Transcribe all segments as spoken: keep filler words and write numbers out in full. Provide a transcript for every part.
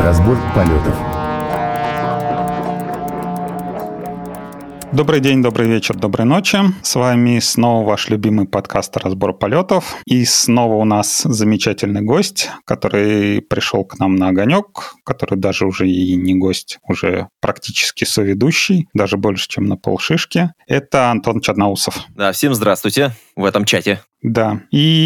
Разбор полетов. Добрый день, добрый вечер, доброй ночи. С вами снова ваш любимый подкаст «Разбор полетов». И снова у нас замечательный гость, который пришел к нам на огонек, который даже уже и не гость, уже практически соведущий, даже больше, чем на полшишки. Это Антон Чаднаусов. Да, всем здравствуйте в этом чате. Да,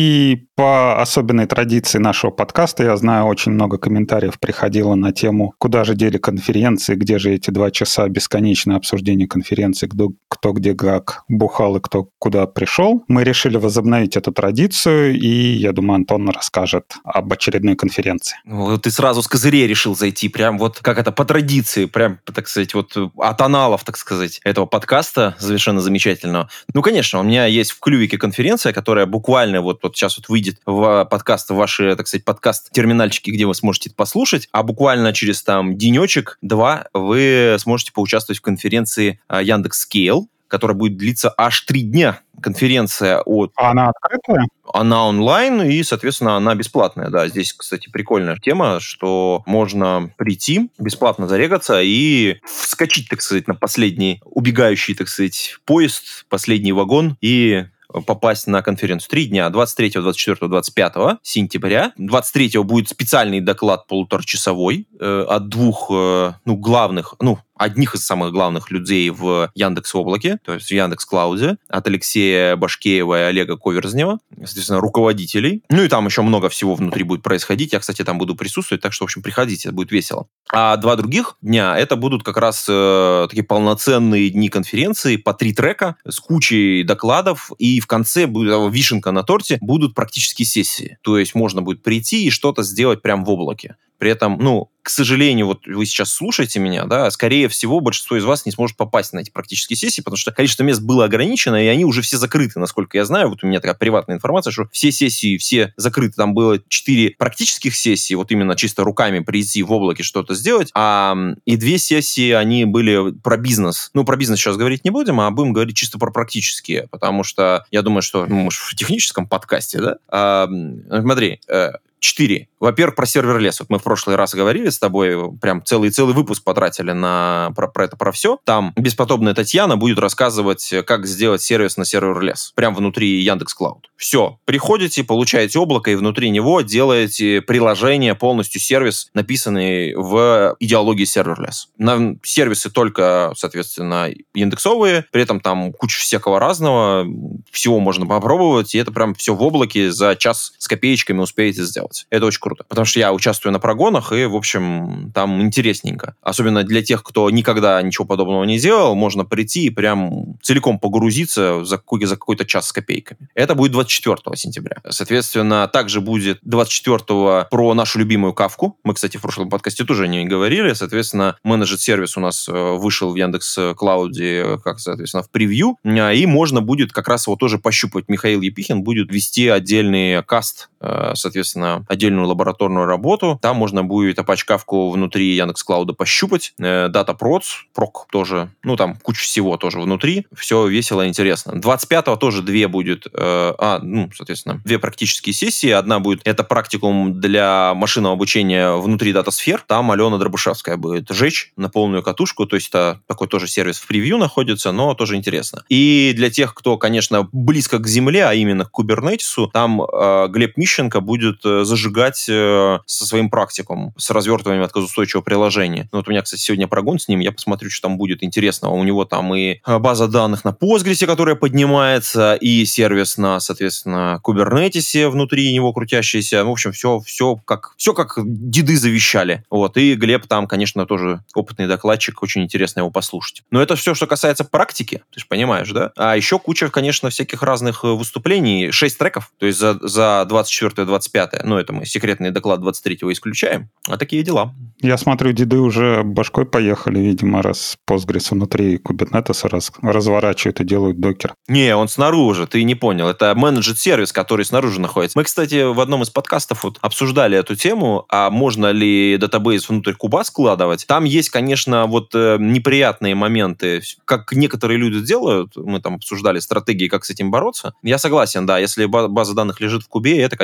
и по особенной традиции нашего подкаста, я знаю, очень много комментариев приходило на тему, куда же дели конференции, где же эти два часа бесконечное обсуждение конференции, кто, кто где как бухал и кто куда пришел. Мы решили возобновить эту традицию, и я думаю, Антон расскажет об очередной конференции. Вот ты сразу с козырей решил зайти, прям вот как это, по традиции, прям, так сказать, вот от аналов, так сказать, этого подкаста совершенно замечательного. Ну, конечно, у меня есть в клювике конференция, которая буквально вот, вот сейчас вот выйдет в подкаст, в ваши, так сказать, подкаст-терминальчики, где вы сможете это послушать, а буквально через там денечек-два вы сможете поучаствовать в конференции Яндекс.Scale, которая будет длиться аж три дня. Конференция от... А она открытая? Она онлайн, и, соответственно, она бесплатная. Да, здесь, кстати, прикольная тема, что можно прийти, бесплатно зарегаться и вскочить, так сказать, на последний убегающий, так сказать, поезд, последний вагон и попасть на конференцию. Три дня, двадцать третьего, двадцать четвёртого, двадцать пятого сентября. двадцать третьего будет специальный доклад полуторачасовой э, от двух, э, ну, главных, ну, одних из самых главных людей в Яндекс.Облаке, то есть в Яндекс.Клауде, от Алексея Башкеева и Олега Коверзнева, соответственно, руководителей. Ну и там еще много всего внутри будет происходить. Я, кстати, там буду присутствовать, так что, в общем, приходите, будет весело. А два других дня это будут как раз э, такие полноценные дни конференции по три трека с кучей докладов, и в конце будет вишенка на торте, будут практические сессии. То есть можно будет прийти и что-то сделать прямо в облаке. При этом, ну, к сожалению, вот вы сейчас слушаете меня, да, скорее всего, большинство из вас не сможет попасть на эти практические сессии, потому что количество мест было ограничено, и они уже все закрыты, насколько я знаю. Вот у меня такая приватная информация, что все сессии, все закрыты. Там было четыре практических сессии, вот именно чисто руками прийти в облаке что-то сделать, а и две сессии, они были про бизнес. Ну, про бизнес сейчас говорить не будем, а будем говорить чисто про практические, потому что я думаю, что, ну, может, в техническом подкасте, да, а, смотри, Четыре. Во-первых, про сервер-лес. Вот мы в прошлый раз говорили с тобой, прям целый-целый выпуск потратили на, про, про это, про все. Там бесподобная Татьяна будет рассказывать, как сделать сервис на сервер-лес. Прям внутри Яндекс.Клауд. Все. Приходите, получаете облако, и внутри него делаете приложение, полностью сервис, написанный в идеологии сервер-лес. На сервисы только, соответственно, индексовые, при этом там куча всякого разного, всего можно попробовать, и это прям все в облаке за час с копеечками успеете сделать. Это очень круто, потому что я участвую на прогонах, и, в общем, там интересненько. Особенно для тех, кто никогда ничего подобного не делал, можно прийти и прям целиком погрузиться за, какой- за какой-то час с копейками. Это будет двадцать четвёртого сентября. Соответственно, также будет двадцать четвёртого про нашу любимую Кафку. Мы, кстати, в прошлом подкасте тоже о ней говорили. Соответственно, менеджер-сервис у нас вышел в Яндекс.Клауде, как, соответственно, в превью, и можно будет как раз его тоже пощупать. Михаил Епихин будет вести отдельный каст, соответственно, отдельную лабораторную работу. Там можно будет Apache-кавку внутри Яндекс.Клауда пощупать. Dataproc, прок тоже, ну, там куча всего тоже внутри. Все весело и интересно. двадцать пятого тоже две будет, э, а, ну, соответственно, две практические сессии. Одна будет, это практикум для машинного обучения внутри датасфер. Там Алена Дробышевская будет жечь на полную катушку. То есть это такой тоже сервис в превью находится, но тоже интересно. И для тех, кто, конечно, близко к земле, а именно к кубернетису, там э, Глеб Мищенко будет зажигать э, со своим практиком, с развертыванием отказоустойчивого приложения. Ну, вот у меня, кстати, сегодня прогон с ним, я посмотрю, что там будет интересного. У него там и база данных на Postgres, которая поднимается, и сервис на, соответственно, Kubernetes внутри него крутящийся. В общем, все, все, как, все как деды завещали. Вот. И Глеб там, конечно, тоже опытный докладчик, очень интересно его послушать. Но это все, что касается практики, ты же понимаешь, да? А еще куча, конечно, всяких разных выступлений. Шесть треков, то есть за, за двадцать четвёртое двадцать пятое. Ну, это мы секретный доклад двадцать третьего исключаем. А такие дела. Я смотрю, деды уже башкой поехали, видимо, раз Postgres внутри Kubernetes раз, разворачивают и делают докер. Не, он снаружи, ты не понял. Это менеджер-сервис, который снаружи находится. Мы, кстати, в одном из подкастов вот обсуждали эту тему, а можно ли датабейс внутрь куба складывать. Там есть, конечно, вот э, неприятные моменты, как некоторые люди делают. Мы там обсуждали стратегии, как с этим бороться. Я согласен, да, если база данных лежит в кубе, это, конечно,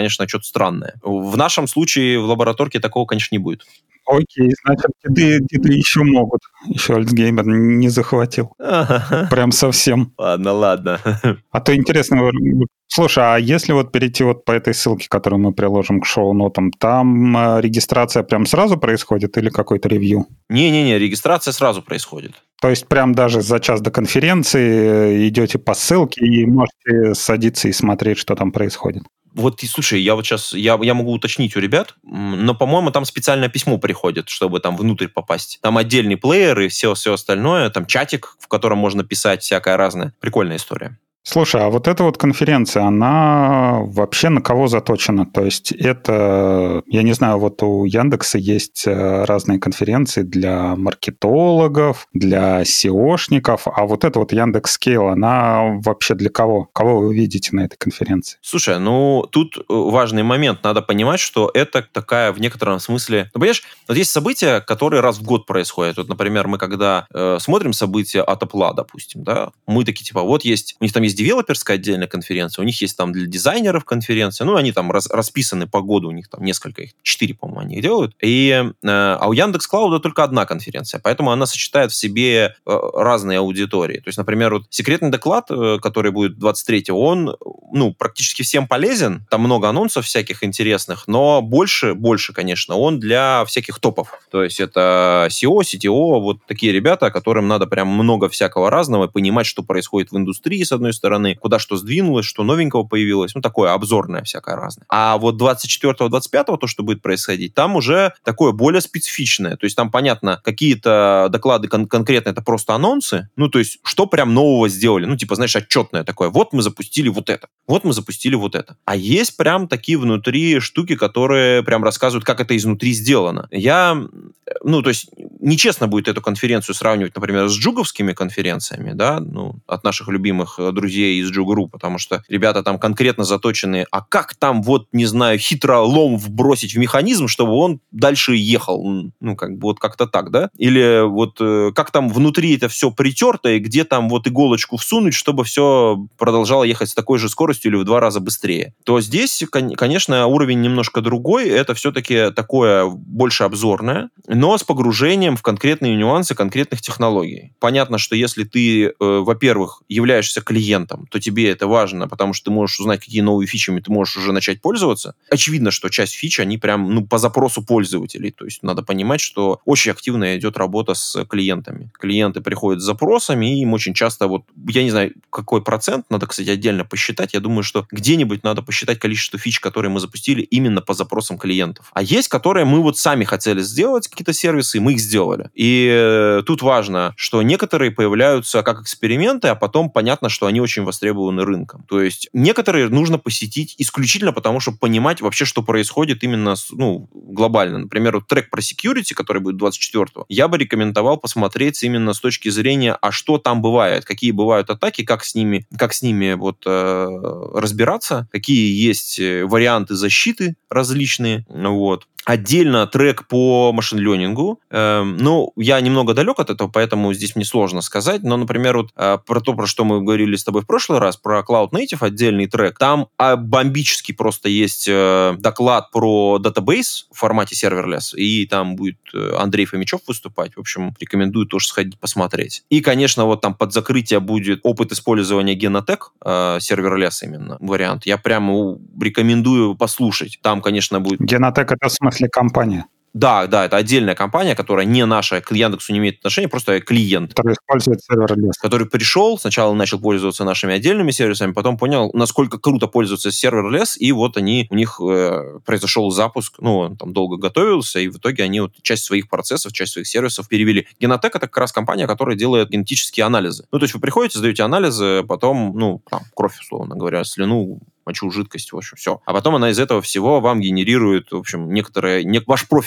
конечно, что-то странное. В нашем случае в лабораторке такого, конечно, не будет. Окей, значит, деды, деды еще могут. Еще Альцгеймер не захватил. Ага. Прям совсем. Ладно, ладно. А то интересно, слушай, а если вот перейти вот по этой ссылке, которую мы приложим к шоу-нотам, там э, регистрация прям сразу происходит или какой-то ревью? Не-не-не, регистрация сразу происходит. То есть прям даже за час до конференции идете по ссылке и можете садиться и смотреть, что там происходит? Вот, и слушай, я вот сейчас, я, я могу уточнить у ребят, но, по-моему, там специальное письмо приходит, чтобы там внутрь попасть. Там отдельный плеер и все, все остальное, там чатик, в котором можно писать всякое разное. Прикольная история. Слушай, а вот эта вот конференция, она вообще на кого заточена? То есть это, я не знаю, вот у Яндекса есть разные конференции для маркетологов, для сеошников, а вот эта вот Яндекс.Скейл, она вообще для кого? Кого вы видите на этой конференции? Слушай, ну тут важный момент. Надо понимать, что это такая в некотором смысле... Ну, понимаешь, вот есть события, которые раз в год происходят. Вот, например, мы когда э, смотрим события от Apple, допустим, да, мы такие типа, вот есть, у них там есть девелоперская отдельная конференция, у них есть там для дизайнеров конференция, ну, они там рас, расписаны по году, у них там несколько, их четыре, по-моему, они их делают. И, э, а у Яндекс.Клауда только одна конференция, поэтому она сочетает в себе э, разные аудитории. То есть, например, вот секретный доклад, э, который будет двадцать третьего, он, ну, практически всем полезен, там много анонсов всяких интересных, но больше, больше, конечно, он для всяких топов. То есть это си и о, си ти о, вот такие ребята, которым надо прям много всякого разного, понимать, что происходит в индустрии, с одной стороны, куда что сдвинулось, что новенького появилось, ну, такое обзорное всякое разное. А вот двадцать четвёртого двадцать пятого, то, что будет происходить, там уже такое более специфичное. То есть там, понятно, какие-то доклады кон- конкретно это просто анонсы, ну, то есть что прям нового сделали, ну, типа, знаешь, отчетное такое, вот мы запустили вот это, вот мы запустили вот это. А есть прям такие внутри штуки, которые прям рассказывают, как это изнутри сделано. Я, ну, то есть нечестно будет эту конференцию сравнивать, например, с джуговскими конференциями, да, ну, от наших любимых друзей из Джугру, потому что ребята там конкретно заточены, а как там, вот, не знаю, хитро лом вбросить в механизм, чтобы он дальше ехал, ну, как бы вот как-то так, да? Или вот э, как там внутри это все притерто, и где там вот иголочку всунуть, чтобы все продолжало ехать с такой же скоростью или в два раза быстрее. То здесь, конечно, уровень немножко другой, это все-таки такое больше обзорное, но с погружением в конкретные нюансы конкретных технологий. Понятно, что если ты, э, во-первых, являешься клиентом, то тебе это важно, потому что ты можешь узнать, какие новые фичами ты можешь уже начать пользоваться. Очевидно, что часть фич, они прям, ну, по запросу пользователей. То есть надо понимать, что очень активно идет работа с клиентами. Клиенты приходят с запросами, и им очень часто, вот, я не знаю, какой процент, надо, кстати, отдельно посчитать. Я думаю, что где-нибудь надо посчитать количество фич, которые мы запустили именно по запросам клиентов. А есть, которые мы вот сами хотели сделать, какие-то сервисы, и мы их сделали. И э, тут важно, что некоторые появляются как эксперименты, а потом понятно, что они очень востребованы рынком. То есть некоторые нужно посетить исключительно потому, чтобы понимать вообще, что происходит именно с, ну, глобально. Например, вот трек про security, который будет двадцать четвёртого, я бы рекомендовал посмотреть именно с точки зрения, а что там бывает, какие бывают атаки, как с ними, как с ними вот, э, разбираться, какие есть варианты защиты различные. Вот. Отдельно трек по машин-лернингу. Э, ну, я немного далек от этого, поэтому здесь мне сложно сказать. Но, например, вот э, про то, про что мы говорили с тобой в прошлый раз, про Cloud Native отдельный трек. Там э, бомбический просто есть э, доклад про датабейс в формате serverless, и там будет э, Андрей Фомичев выступать. В общем, рекомендую тоже сходить посмотреть. И, конечно, вот там под закрытие будет опыт использования Genotech, э, serverless именно вариант. Я прямо рекомендую послушать. Там, конечно, будет... Genotech — это в смысле компания? Да, да, это отдельная компания, которая не наша, к Яндексу не имеет отношения, просто клиент. Который использует серверлесс. Который пришел, сначала начал пользоваться нашими отдельными сервисами, потом понял, насколько круто пользоваться серверлесс, и вот они, у них э, произошел запуск, ну, он там долго готовился, и в итоге они вот часть своих процессов, часть своих сервисов перевели. Genotech — это как раз компания, которая делает генетические анализы. Ну, то есть вы приходите, сдаете анализы, потом, ну, там, кровь, условно говоря, слюну, мочу, жидкость, в общем, все. А потом она из этого всего вам генерирует, в общем, некоторые, не, ваш профиль.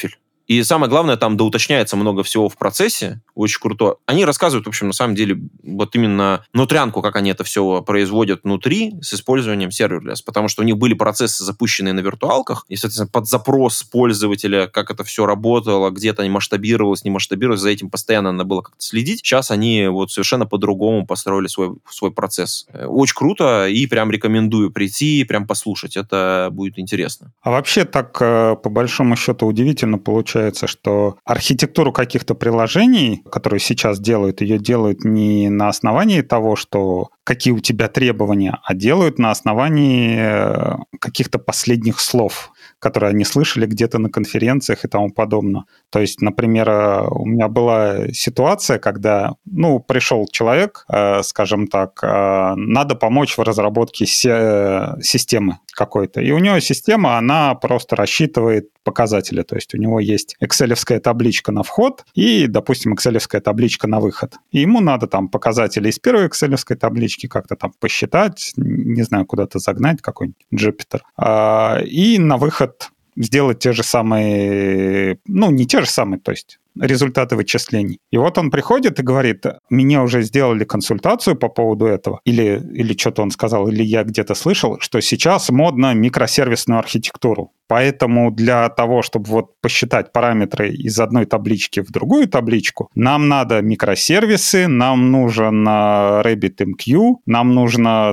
И самое главное, там доуточняется много всего в процессе, очень круто. Они рассказывают, в общем, на самом деле, вот именно внутрянку, как они это все производят внутри с использованием серверлесс, потому что у них были процессы, запущенные на виртуалках, и, соответственно, под запрос пользователя, как это все работало, где-то не масштабировалось, не масштабировалось, за этим постоянно надо было как-то следить. Сейчас они вот совершенно по-другому построили свой, свой процесс. Очень круто, и прям рекомендую прийти, прям послушать, это будет интересно. А вообще так, по большому счету, удивительно получается, что архитектуру каких-то приложений, которые сейчас делают, ее делают не на основании того, что какие у тебя требования, а делают на основании каких-то последних слов, которые они слышали где-то на конференциях и тому подобное. То есть, например, у меня была ситуация, когда, ну, пришел человек, э, скажем так, э, надо помочь в разработке се- системы какой-то. И у него система, она просто рассчитывает показатели. То есть у него есть экселевская табличка на вход и, допустим, экселевская табличка на выход. И ему надо там показатели из первой экселевской таблички как-то там посчитать, не знаю, куда-то загнать какой-нибудь Jupyter. А, и на выход сделать те же самые, ну, не те же самые, то есть результаты вычислений. И вот он приходит и говорит, мне уже сделали консультацию по поводу этого, или, или что-то он сказал, или я где-то слышал, что сейчас модно микросервисную архитектуру. Поэтому для того, чтобы вот посчитать параметры из одной таблички в другую табличку, нам надо микросервисы, нам нужен RabbitMQ, нам нужно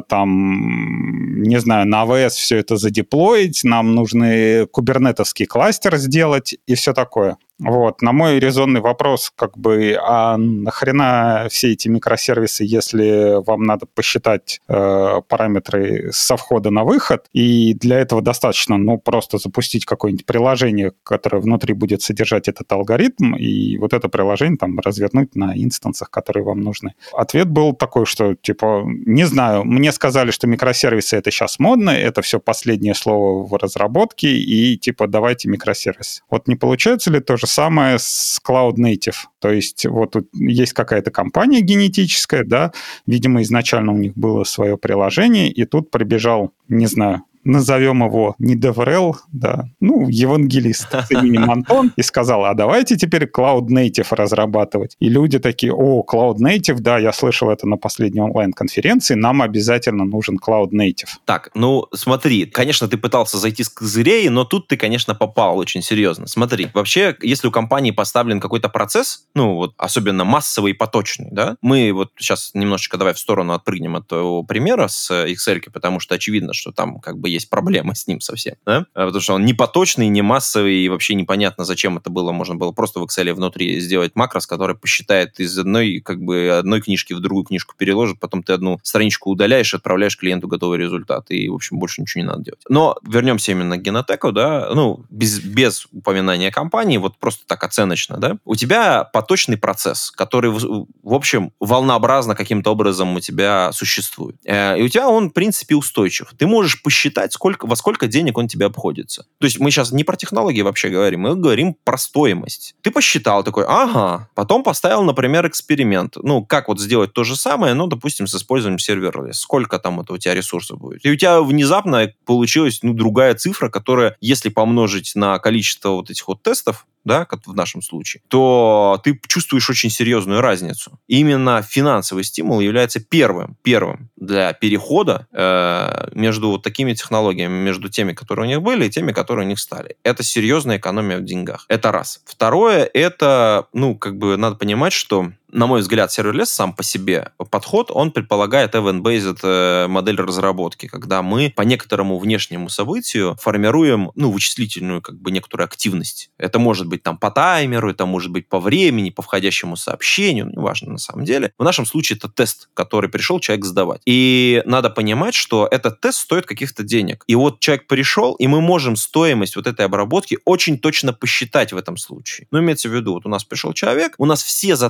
там, не знаю, на эй дабл ю эс все это задеплоить, нам нужно кубернетовский кластер сделать и все такое. Вот. На мой резонный вопрос, как бы, а нахрена все эти микросервисы, если вам надо посчитать э, параметры со входа на выход, и для этого достаточно, ну, просто запустить какое-нибудь приложение, которое внутри будет содержать этот алгоритм, и вот это приложение там развернуть на инстансах, которые вам нужны. Ответ был такой, что, типа, не знаю, мне сказали, что микросервисы — это сейчас модно, это все последнее слово в разработке, и, типа, давайте микросервис. Вот не получается ли то же самое с Cloud Native? То есть вот тут есть какая-то компания генетическая, да, видимо, изначально у них было свое приложение, и тут прибежал, не знаю, назовем его не DevRel, да, ну, евангелист с именем Антон, и сказал, а давайте теперь Cloud Native разрабатывать. И люди такие, о, Cloud Native, да, я слышал это на последней онлайн-конференции, нам обязательно нужен Cloud Native. Так, ну, смотри, конечно, ты пытался зайти с козырей, но тут ты, конечно, попал очень серьезно. Смотри, вообще, если у компании поставлен какой-то процесс, ну, вот, особенно массовый и поточный, да, мы вот сейчас немножечко давай в сторону отпрыгнем от твоего примера с Excel, потому что очевидно, что там как бы есть проблемы с ним совсем, да? Потому что он не поточный, не массовый, и вообще непонятно, зачем это было. Можно было просто в Excel внутри сделать макрос, который посчитает из одной, как бы, одной книжки в другую книжку переложит, потом ты одну страничку удаляешь и отправляешь клиенту готовый результат, и, в общем, больше ничего не надо делать. Но вернемся именно к Genetec, да, ну, без, без упоминания компании, вот просто так оценочно, да, у тебя поточный процесс, который, в, в общем, волнообразно каким-то образом у тебя существует. И у тебя он, в принципе, устойчив. Ты можешь посчитать, сколько, во сколько денег он тебе обходится. То есть мы сейчас не про технологии вообще говорим, мы говорим про стоимость. Ты посчитал такой, ага, потом поставил, например, эксперимент. Ну, как вот сделать то же самое, ну, допустим, с использованием сервера. Сколько там это у тебя ресурсов будет? И у тебя внезапно получилась, ну, другая цифра, которая, если помножить на количество вот этих вот тестов, да, как в нашем случае, то ты чувствуешь очень серьезную разницу. И именно финансовый стимул является первым, первым для перехода э, между вот такими технологиями, между теми, которые у них были, и теми, которые у них стали. Это серьезная экономия в деньгах. Это раз. Второе, это, ну, как бы надо понимать, что, на мой взгляд, серверлесс сам по себе подход, он предполагает event-based модель разработки, когда мы по некоторому внешнему событию формируем, ну, вычислительную, как бы, некоторую активность. Это может быть там по таймеру, это может быть по времени, по входящему сообщению, ну, неважно на самом деле. В нашем случае это тест, который пришел человек сдавать. И надо понимать, что этот тест стоит каких-то денег. И вот человек пришел, и мы можем стоимость вот этой обработки очень точно посчитать в этом случае. Ну, имеется в виду, вот у нас пришел человек, у нас все затраты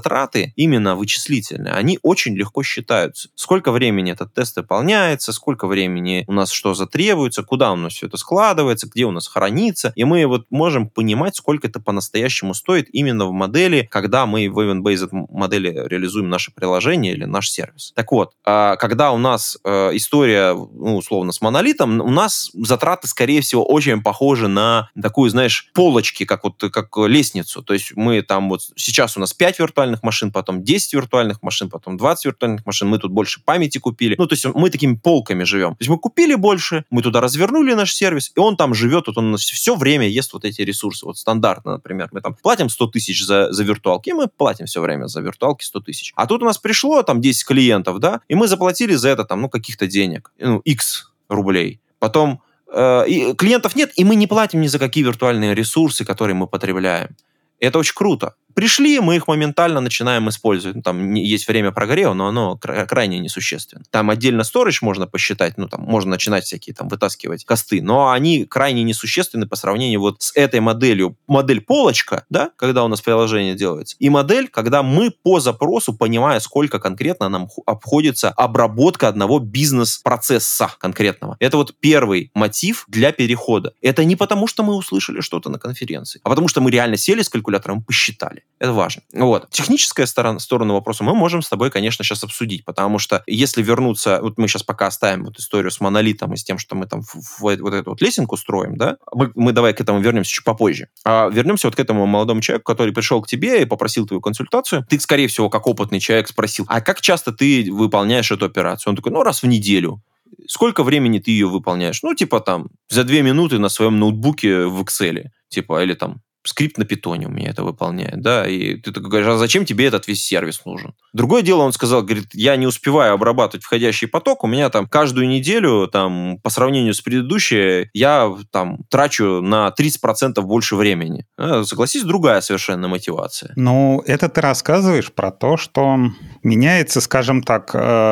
тесты, именно вычислительные, они очень легко считаются. Сколько времени этот тест выполняется, сколько времени у нас что затребуется, куда у нас все это складывается, где у нас хранится. И мы вот можем понимать, сколько это по-настоящему стоит именно в модели, когда мы в event-based модели реализуем наше приложение или наш сервис. Так вот, когда у нас история, ну, условно, с монолитом, у нас затраты, скорее всего, очень похожи на такую, знаешь, полочки, как вот как лестницу. То есть мы там вот сейчас у нас пять виртуальных машин, потом десять виртуальных машин, потом двадцать виртуальных машин, мы тут больше памяти купили. Ну, то есть мы такими полками живем. То есть мы купили больше, мы туда развернули наш сервис, и он там живет, вот он у нас все время ест вот эти ресурсы. Вот стандартно, например, мы там платим сто тысяч за, за виртуалки, и мы платим все время за виртуалки сто тысяч. А тут у нас пришло там десять клиентов, да, и мы заплатили за это там, ну, каких-то денег, ну, X рублей. Потом э, и клиентов нет, и мы не платим ни за какие виртуальные ресурсы, которые мы потребляем. Это очень круто. Пришли, мы их моментально начинаем использовать. Ну, там есть время прогрева, но оно крайне несущественно. Там отдельно storage можно посчитать, ну, там можно начинать всякие там вытаскивать косты, но они крайне несущественны по сравнению вот с этой моделью. Модель полочка, да, когда у нас приложение делается, и модель, когда мы по запросу, понимая, сколько конкретно нам обходится обработка одного бизнес-процесса конкретного. Это вот первый мотив для перехода. Это не потому, что мы услышали что-то на конференции, а потому что мы реально сели с калькулятором и посчитали. Это важно. Вот. Техническая сторона, сторона вопроса мы можем с тобой, конечно, сейчас обсудить, потому что если вернуться, вот мы сейчас пока оставим вот историю с монолитом и с тем, что мы там в, в, в вот эту вот лесенку строим, да, мы, мы давай к этому вернемся чуть попозже. А вернемся вот к этому молодому человеку, который пришел к тебе и попросил твою консультацию. Ты, скорее всего, как опытный человек спросил, а как часто ты выполняешь эту операцию? Он такой, ну, раз в неделю. Сколько времени ты ее выполняешь? Ну, типа там, за две минуты на своем ноутбуке в Excel, типа, или там, скрипт на питоне у меня это выполняет, да, и ты такой говоришь, а зачем тебе этот весь сервис нужен? Другое дело, он сказал, говорит, я не успеваю обрабатывать входящий поток, у меня там каждую неделю, там, по сравнению с предыдущей, я там трачу на тридцать процентов больше времени. А, согласись, другая совершенно мотивация. Ну, это ты рассказываешь про то, что меняется, скажем так,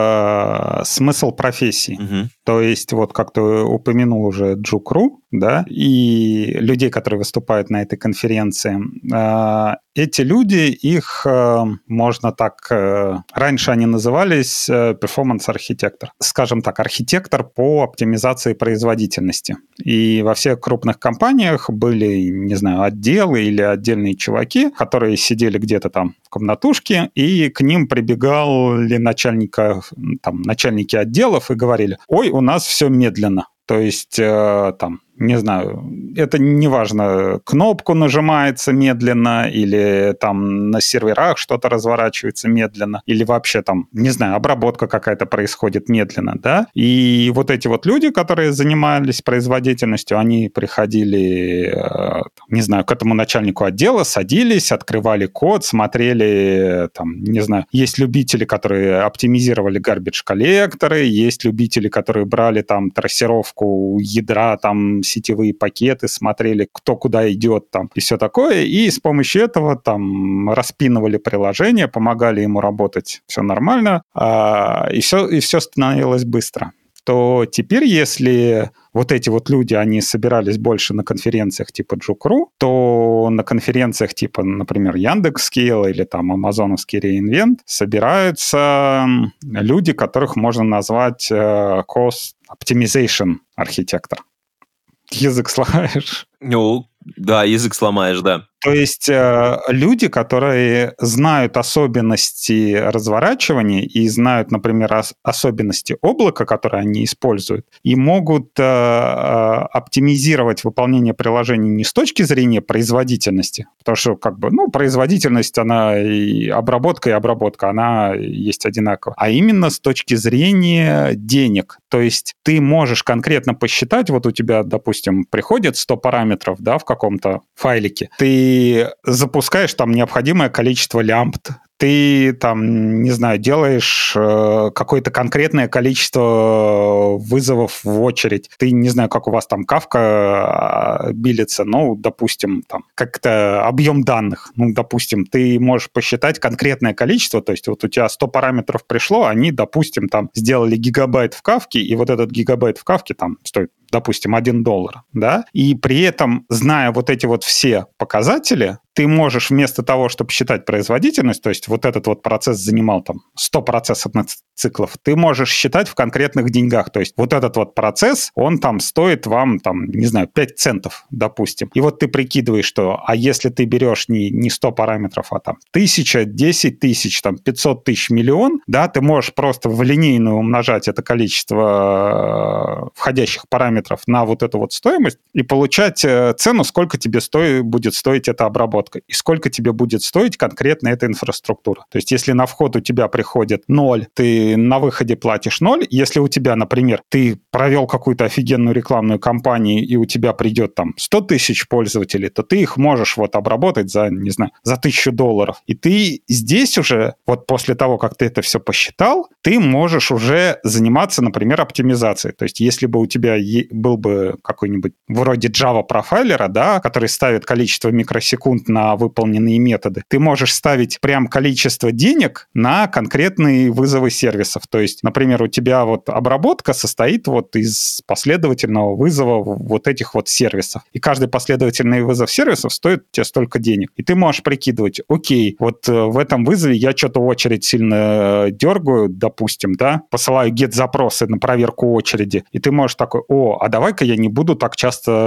э, смысл профессии. Угу. То есть, вот как ты упомянул уже Джукру, да, и людей, которые выступают на этой конференции, э, эти люди, их э, можно так... Э, раньше они назывались э, перформанс-архитектор. Скажем так, архитектор по оптимизации производительности. И во всех крупных компаниях были, не знаю, отделы или отдельные чуваки, которые сидели где-то там в комнатушке, и к ним прибегали начальника, там, начальники отделов и говорили, ой, у нас все медленно. То есть, э, там, не знаю, это не важно, кнопку нажимается медленно, или там на серверах что-то разворачивается медленно, или вообще там, не знаю, обработка какая-то происходит медленно, да? И вот эти вот люди, которые занимались производительностью, они приходили, э, не знаю, к этому начальнику отдела, садились, открывали код, смотрели, там, не знаю, есть любители, которые оптимизировали garbage-коллекторы, есть любители, которые брали там трассировку ядра, там, сетевые пакеты, смотрели, кто куда идет там и все такое, и с помощью этого там распинывали приложение, помогали ему работать, все нормально, а, и, все, и все становилось быстро. То теперь, если вот эти вот люди, они собирались больше на конференциях типа Джукру, то на конференциях типа, например, Яндекс.Scale или там Амазоновский re:Invent собираются люди, которых можно назвать Cost Optimization архитектор. Язык сломаешь? Ну, да, язык сломаешь, да. То есть э, люди, которые знают особенности разворачивания и знают, например, ос- особенности облака, которые они используют, и могут э, э, оптимизировать выполнение приложений не с точки зрения производительности, потому что, как бы, ну, производительность, она и обработка, и обработка, она есть одинаково, а именно с точки зрения денег. То есть ты можешь конкретно посчитать, вот у тебя, допустим, приходит сто параметров, да, в каком-то файлике, ты запускаешь там необходимое количество лямбд, ты там, не знаю, делаешь э, какое-то конкретное количество вызовов в очередь. Ты, не знаю, как у вас там Kafka билится, ну, допустим, там, как-то объем данных. Ну, допустим, ты можешь посчитать конкретное количество, то есть вот у тебя сто параметров пришло, они, допустим, там сделали гигабайт в Kafka, и вот этот гигабайт в Kafka там стоит допустим, один доллар, да, и при этом, зная вот эти вот все показатели, ты можешь вместо того, чтобы считать производительность, то есть вот этот вот процесс занимал там сто процессорных циклов, ты можешь считать в конкретных деньгах. То есть вот этот вот процесс, он там стоит вам, там, не знаю, пять центов, допустим. И вот ты прикидываешь, что, а если ты берешь не, не сто параметров, а там тысяча, десять тысяч, там пятьсот тысяч, миллион, да, ты можешь просто в линейную умножать это количество входящих параметров на вот эту вот стоимость и получать цену, сколько тебе стоит, будет стоить эта обработка. И сколько тебе будет стоить конкретно эта инфраструктура. То есть, если на вход у тебя приходит ноль, ты на выходе платишь ноль. Если у тебя, например, ты провел какую-то офигенную рекламную кампанию, и у тебя придет там сто тысяч пользователей, то ты их можешь вот обработать за, не знаю, за тысячу долларов. И ты здесь уже, вот после того, как ты это все посчитал, ты можешь уже заниматься, например, оптимизацией. То есть, если бы у тебя был бы какой-нибудь вроде Java профайлера, да, который ставит количество микросекунд на выполненные методы, ты можешь ставить прям количество денег на конкретные вызовы сервисов. То есть, например, у тебя вот обработка состоит вот из последовательного вызова вот этих вот сервисов. И каждый последовательный вызов сервисов стоит тебе столько денег. И ты можешь прикидывать, окей, вот в этом вызове я что-то очередь сильно дергаю, допустим, да, посылаю get-запросы на проверку очереди, и ты можешь такой, о, а давай-ка я не буду так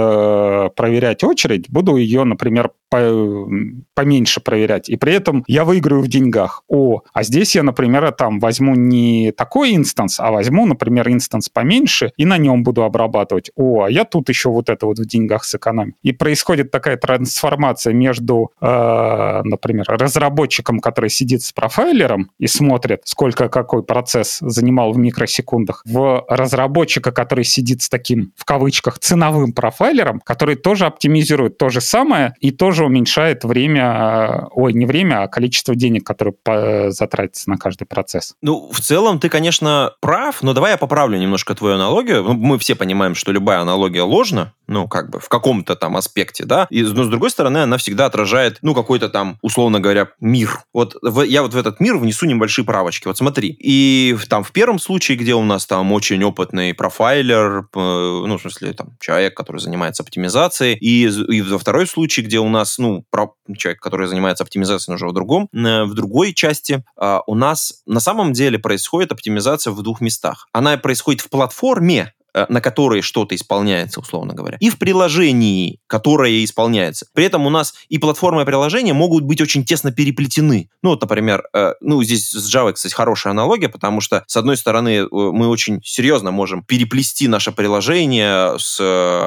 часто проверять очередь, буду ее, например, по поменьше проверять, и при этом я выиграю в деньгах. О, а здесь я, например, там возьму не такой инстанс, а возьму, например, инстанс поменьше, и на нем буду обрабатывать. О, а я тут еще вот это вот в деньгах сэкономлю. И происходит такая трансформация между, э, например, разработчиком, который сидит с профайлером и смотрит, сколько какой процесс занимал в микросекундах, в разработчика, который сидит с таким, в кавычках, ценовым профайлером, который тоже оптимизирует то же самое и тоже уменьшает время, ой, не время, а количество денег, которое затратится на каждый процесс. Ну, в целом ты, конечно, прав, но давай я поправлю немножко твою аналогию. Мы все понимаем, что любая аналогия ложна, ну, как бы в каком-то там аспекте, да, и, но с другой стороны, она всегда отражает, ну, какой-то там, условно говоря, мир. Вот в, я вот в этот мир внесу небольшие правочки. Вот смотри, и там в первом случае, где у нас там очень опытный профайлер, ну, в смысле, там, человек, который занимается оптимизацией, и, и во второй случай, где у нас, ну, про, человек, который занимается оптимизацией, но уже в другом, в другой части, у нас на самом деле происходит оптимизация в двух местах. Она происходит в платформе, на которой что-то исполняется, условно говоря, и в приложении, которое исполняется. При этом у нас и платформа, и приложение могут быть очень тесно переплетены. Ну, вот, например, э, ну, здесь с Java, кстати, хорошая аналогия, потому что, с одной стороны, мы очень серьезно можем переплести наше приложение с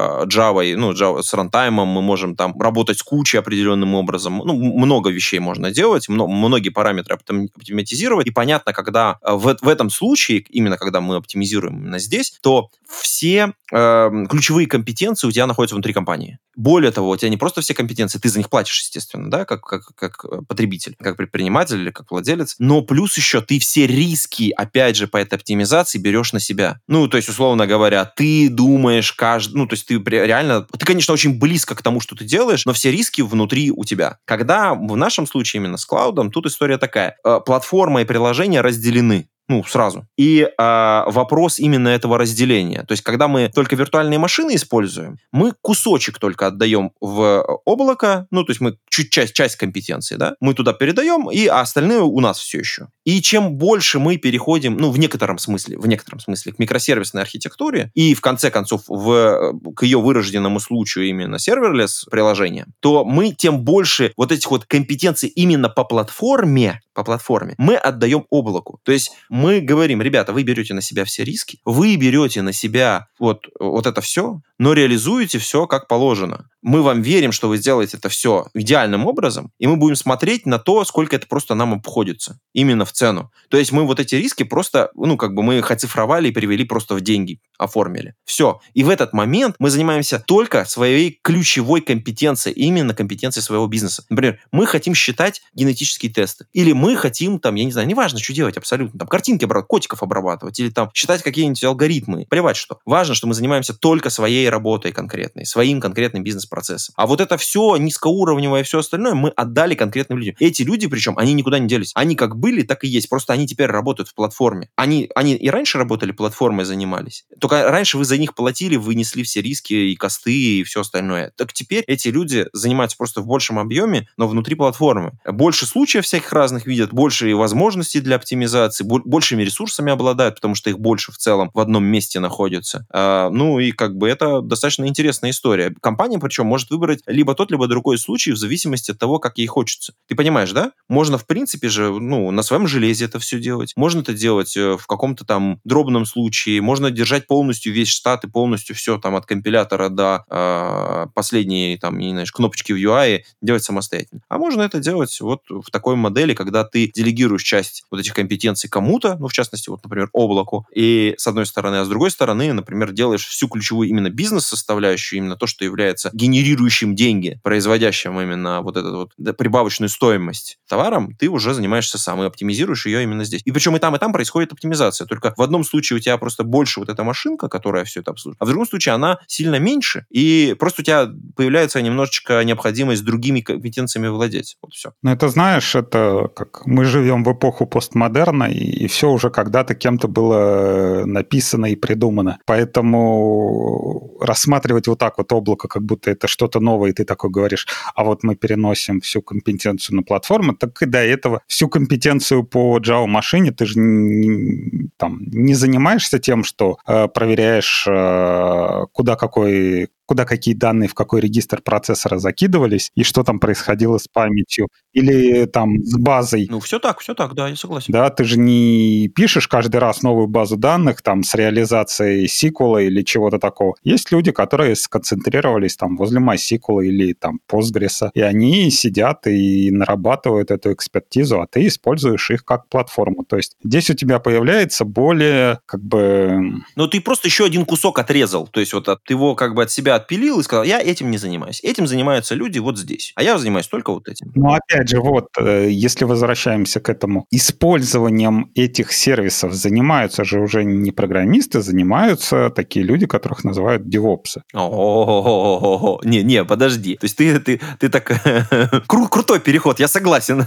Java, ну, Java, с рантаймом, мы можем там работать с кучей определенным образом. Ну, много вещей можно делать, много, многие параметры оптимизировать. И понятно, когда в, в этом случае, именно когда мы оптимизируем именно здесь, то все э, ключевые компетенции у тебя находятся внутри компании. Более того, у тебя не просто все компетенции, ты за них платишь, естественно, да, как, как, как потребитель, как предприниматель или как владелец, но плюс еще ты все риски, опять же, по этой оптимизации берешь на себя. Ну, то есть, условно говоря, ты думаешь каждый... Ну, то есть, ты реально... Ты, конечно, очень близко к тому, что ты делаешь, но все риски внутри у тебя. Когда в нашем случае именно с клаудом, тут история такая. Платформа и приложение разделены. Ну, сразу. И э, вопрос именно этого разделения. То есть, когда мы только виртуальные машины используем, мы кусочек только отдаем в облако, ну, то есть мы чуть часть, часть компетенции, да, мы туда передаем, и а остальное у нас все еще. И чем больше мы переходим, ну, в некотором смысле, в некотором смысле, к микросервисной архитектуре, и в конце концов в, к ее вырожденному случаю именно серверлесс приложения, то мы тем больше вот этих вот компетенций именно по платформе, по платформе, мы отдаем облаку. То есть мы говорим, ребята, вы берете на себя все риски, вы берете на себя вот, вот это все, но реализуете все как положено. Мы вам верим, что вы сделаете это все идеальным образом, и мы будем смотреть на то, сколько это просто нам обходится. Именно в цену. То есть мы вот эти риски просто, ну, как бы мы их оцифровали и перевели просто в деньги, оформили. Все. И в этот момент мы занимаемся только своей ключевой компетенцией, именно компетенцией своего бизнеса. Например, мы хотим считать генетические тесты. Или мы хотим, там, я не знаю, неважно, что делать абсолютно, там, картинки обрабатывать, котиков обрабатывать или там считать какие-нибудь алгоритмы. Плевать что. Важно, что мы занимаемся только своей работой конкретной, своим конкретным бизнес-процессом. А вот это все низкоуровневое и все остальное мы отдали конкретным людям. Эти люди, причем, они никуда не делись. Они как были, так и есть. Просто они теперь работают в платформе. Они, они и раньше работали, платформой занимались. Только раньше вы за них платили, вы несли все риски и косты и все остальное. Так теперь эти люди занимаются просто в большем объеме, но внутри платформы. Больше случаев всяких разных видят, больше возможностей для оптимизации, большими ресурсами обладают, потому что их больше в целом в одном месте находится. А, ну и как бы это достаточно интересная история. Компания, причем, может выбрать либо тот, либо другой случай в зависимости от того, как ей хочется. Ты понимаешь, да? Можно, в принципе же, ну, на своем железе это все делать. Можно это делать в каком-то там дробном случае. Можно держать полностью весь штат и полностью все там от компилятора до э, последней там, не знаешь, кнопочки в ю ай делать самостоятельно. А можно это делать вот в такой модели, когда ты делегируешь часть вот этих компетенций кому-то, ну, в частности, вот, например, облаку, и с одной стороны, а с другой стороны, например, делаешь всю ключевую именно бизнес-составляющую, именно то, что является генерирующим деньги, производящим именно вот эту вот да, прибавочную стоимость товаром, ты уже занимаешься сам и оптимизируешь ее именно здесь. И причем и там, и там происходит оптимизация. Только в одном случае у тебя просто больше вот эта машинка, которая все это обслуживает, а в другом случае она сильно меньше, и просто у тебя появляется немножечко необходимость другими компетенциями владеть. Вот все. Ну, это, знаешь, это как мы живем в эпоху постмодерна, и, и все уже когда-то кем-то было написано и придумано. Поэтому рассматривать вот так вот облако, как будто это что-то новое, и ты такой говоришь, а вот мы переносим всю компетенцию на платформу, так и до этого всю компетенцию по Java-машине ты же не, там, не занимаешься тем, что э, проверяешь, э, куда какой... куда какие данные, в какой регистр процессора закидывались, и что там происходило с памятью, или там с базой. Ну, все так, все так, да, я согласен. Да, ты же не пишешь каждый раз новую базу данных там с реализацией сиквел или чего-то такого. Есть люди, которые сконцентрировались там возле MySQL или там Postgres, и они сидят и нарабатывают эту экспертизу, а ты используешь их как платформу. То есть здесь у тебя появляется более как бы... Ну, ты просто еще один кусок отрезал, то есть вот от, ты его как бы от себя отпилил и сказал, я этим не занимаюсь. Этим занимаются люди вот здесь, а я занимаюсь только вот этим. Ну, опять же, вот, если возвращаемся к этому, использованием этих сервисов занимаются же уже не программисты, занимаются такие люди, которых называют девопсы. О, не, не, подожди. То есть ты, ты, ты так... Кру- крутой переход, я согласен.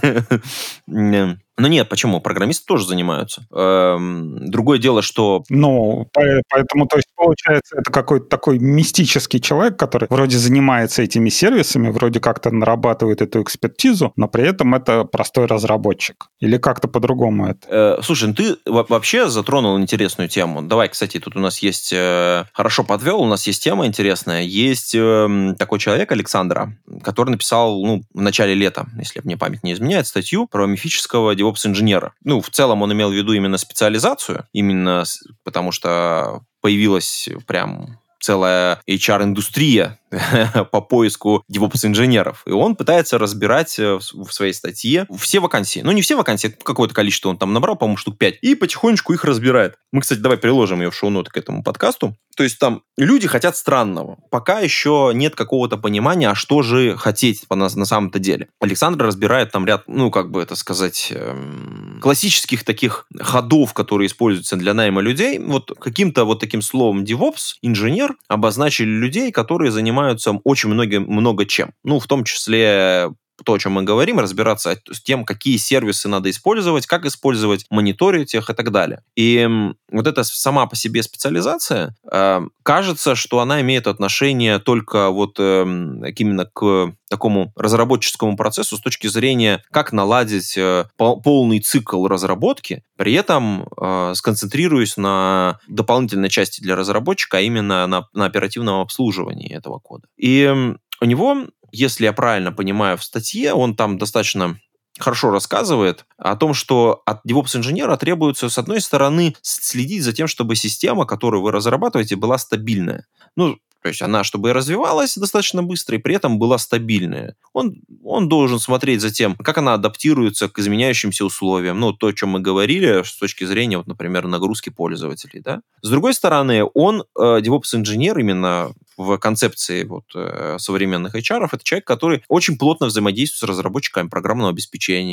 Ну нет, почему? Программисты тоже занимаются. Эм, другое дело, что... Ну, поэтому, то есть, получается, это какой-то такой мистический человек, который вроде занимается этими сервисами, вроде как-то нарабатывает эту экспертизу, но при этом это простой разработчик. Или как-то по-другому это? Э, слушай, ну ты вообще затронул интересную тему. Давай, кстати, тут у нас есть... Э, хорошо подвел, у нас есть тема интересная. Есть э, такой человек, Александра, который написал, ну, в начале лета, если мне память не изменяет, статью про мифического DevOps-инженера. Ну, в целом он имел в виду именно специализацию, именно потому что появилась прям целая эйч ар-индустрия по поиску DevOps-инженеров. И он пытается разбирать в своей статье все вакансии. Ну, не все вакансии, какое-то количество он там набрал, по-моему, штук пять. И потихонечку их разбирает. Мы, кстати, давай приложим ее в шоу-ноты к этому подкасту. То есть там люди хотят странного. Пока еще нет какого-то понимания, а что же хотеть на, на самом-то деле. Александр разбирает там ряд, ну, как бы это сказать, эм, классических таких ходов, которые используются для найма людей. Вот каким-то вот таким словом DevOps, инженер, обозначили людей, которые занимаются очень много, много чем. Ну, в том числе то, о чем мы говорим, разбираться с тем, какие сервисы надо использовать, как использовать, мониторить их и так далее. И вот эта сама по себе специализация, э, кажется, что она имеет отношение только вот э, именно к такому разработческому процессу с точки зрения, как наладить э, полный цикл разработки, при этом э, сконцентрируясь на дополнительной части для разработчика, а именно на, на оперативном обслуживании этого кода. И э, у него, если я правильно понимаю в статье, он там достаточно хорошо рассказывает о том, что от DevOps-инженера требуется, с одной стороны, следить за тем, чтобы система, которую вы разрабатываете, была стабильная. Ну, то есть она, чтобы развивалась достаточно быстро и при этом была стабильная. Он, он должен смотреть за тем, как она адаптируется к изменяющимся условиям. Ну, то, о чем мы говорили, с точки зрения, вот, например, нагрузки пользователей. Да? С другой стороны, он, э, DevOps-инженер, именно в концепции вот, э, современных эйч ар, это человек, который очень плотно взаимодействует с разработчиками программного обеспечения,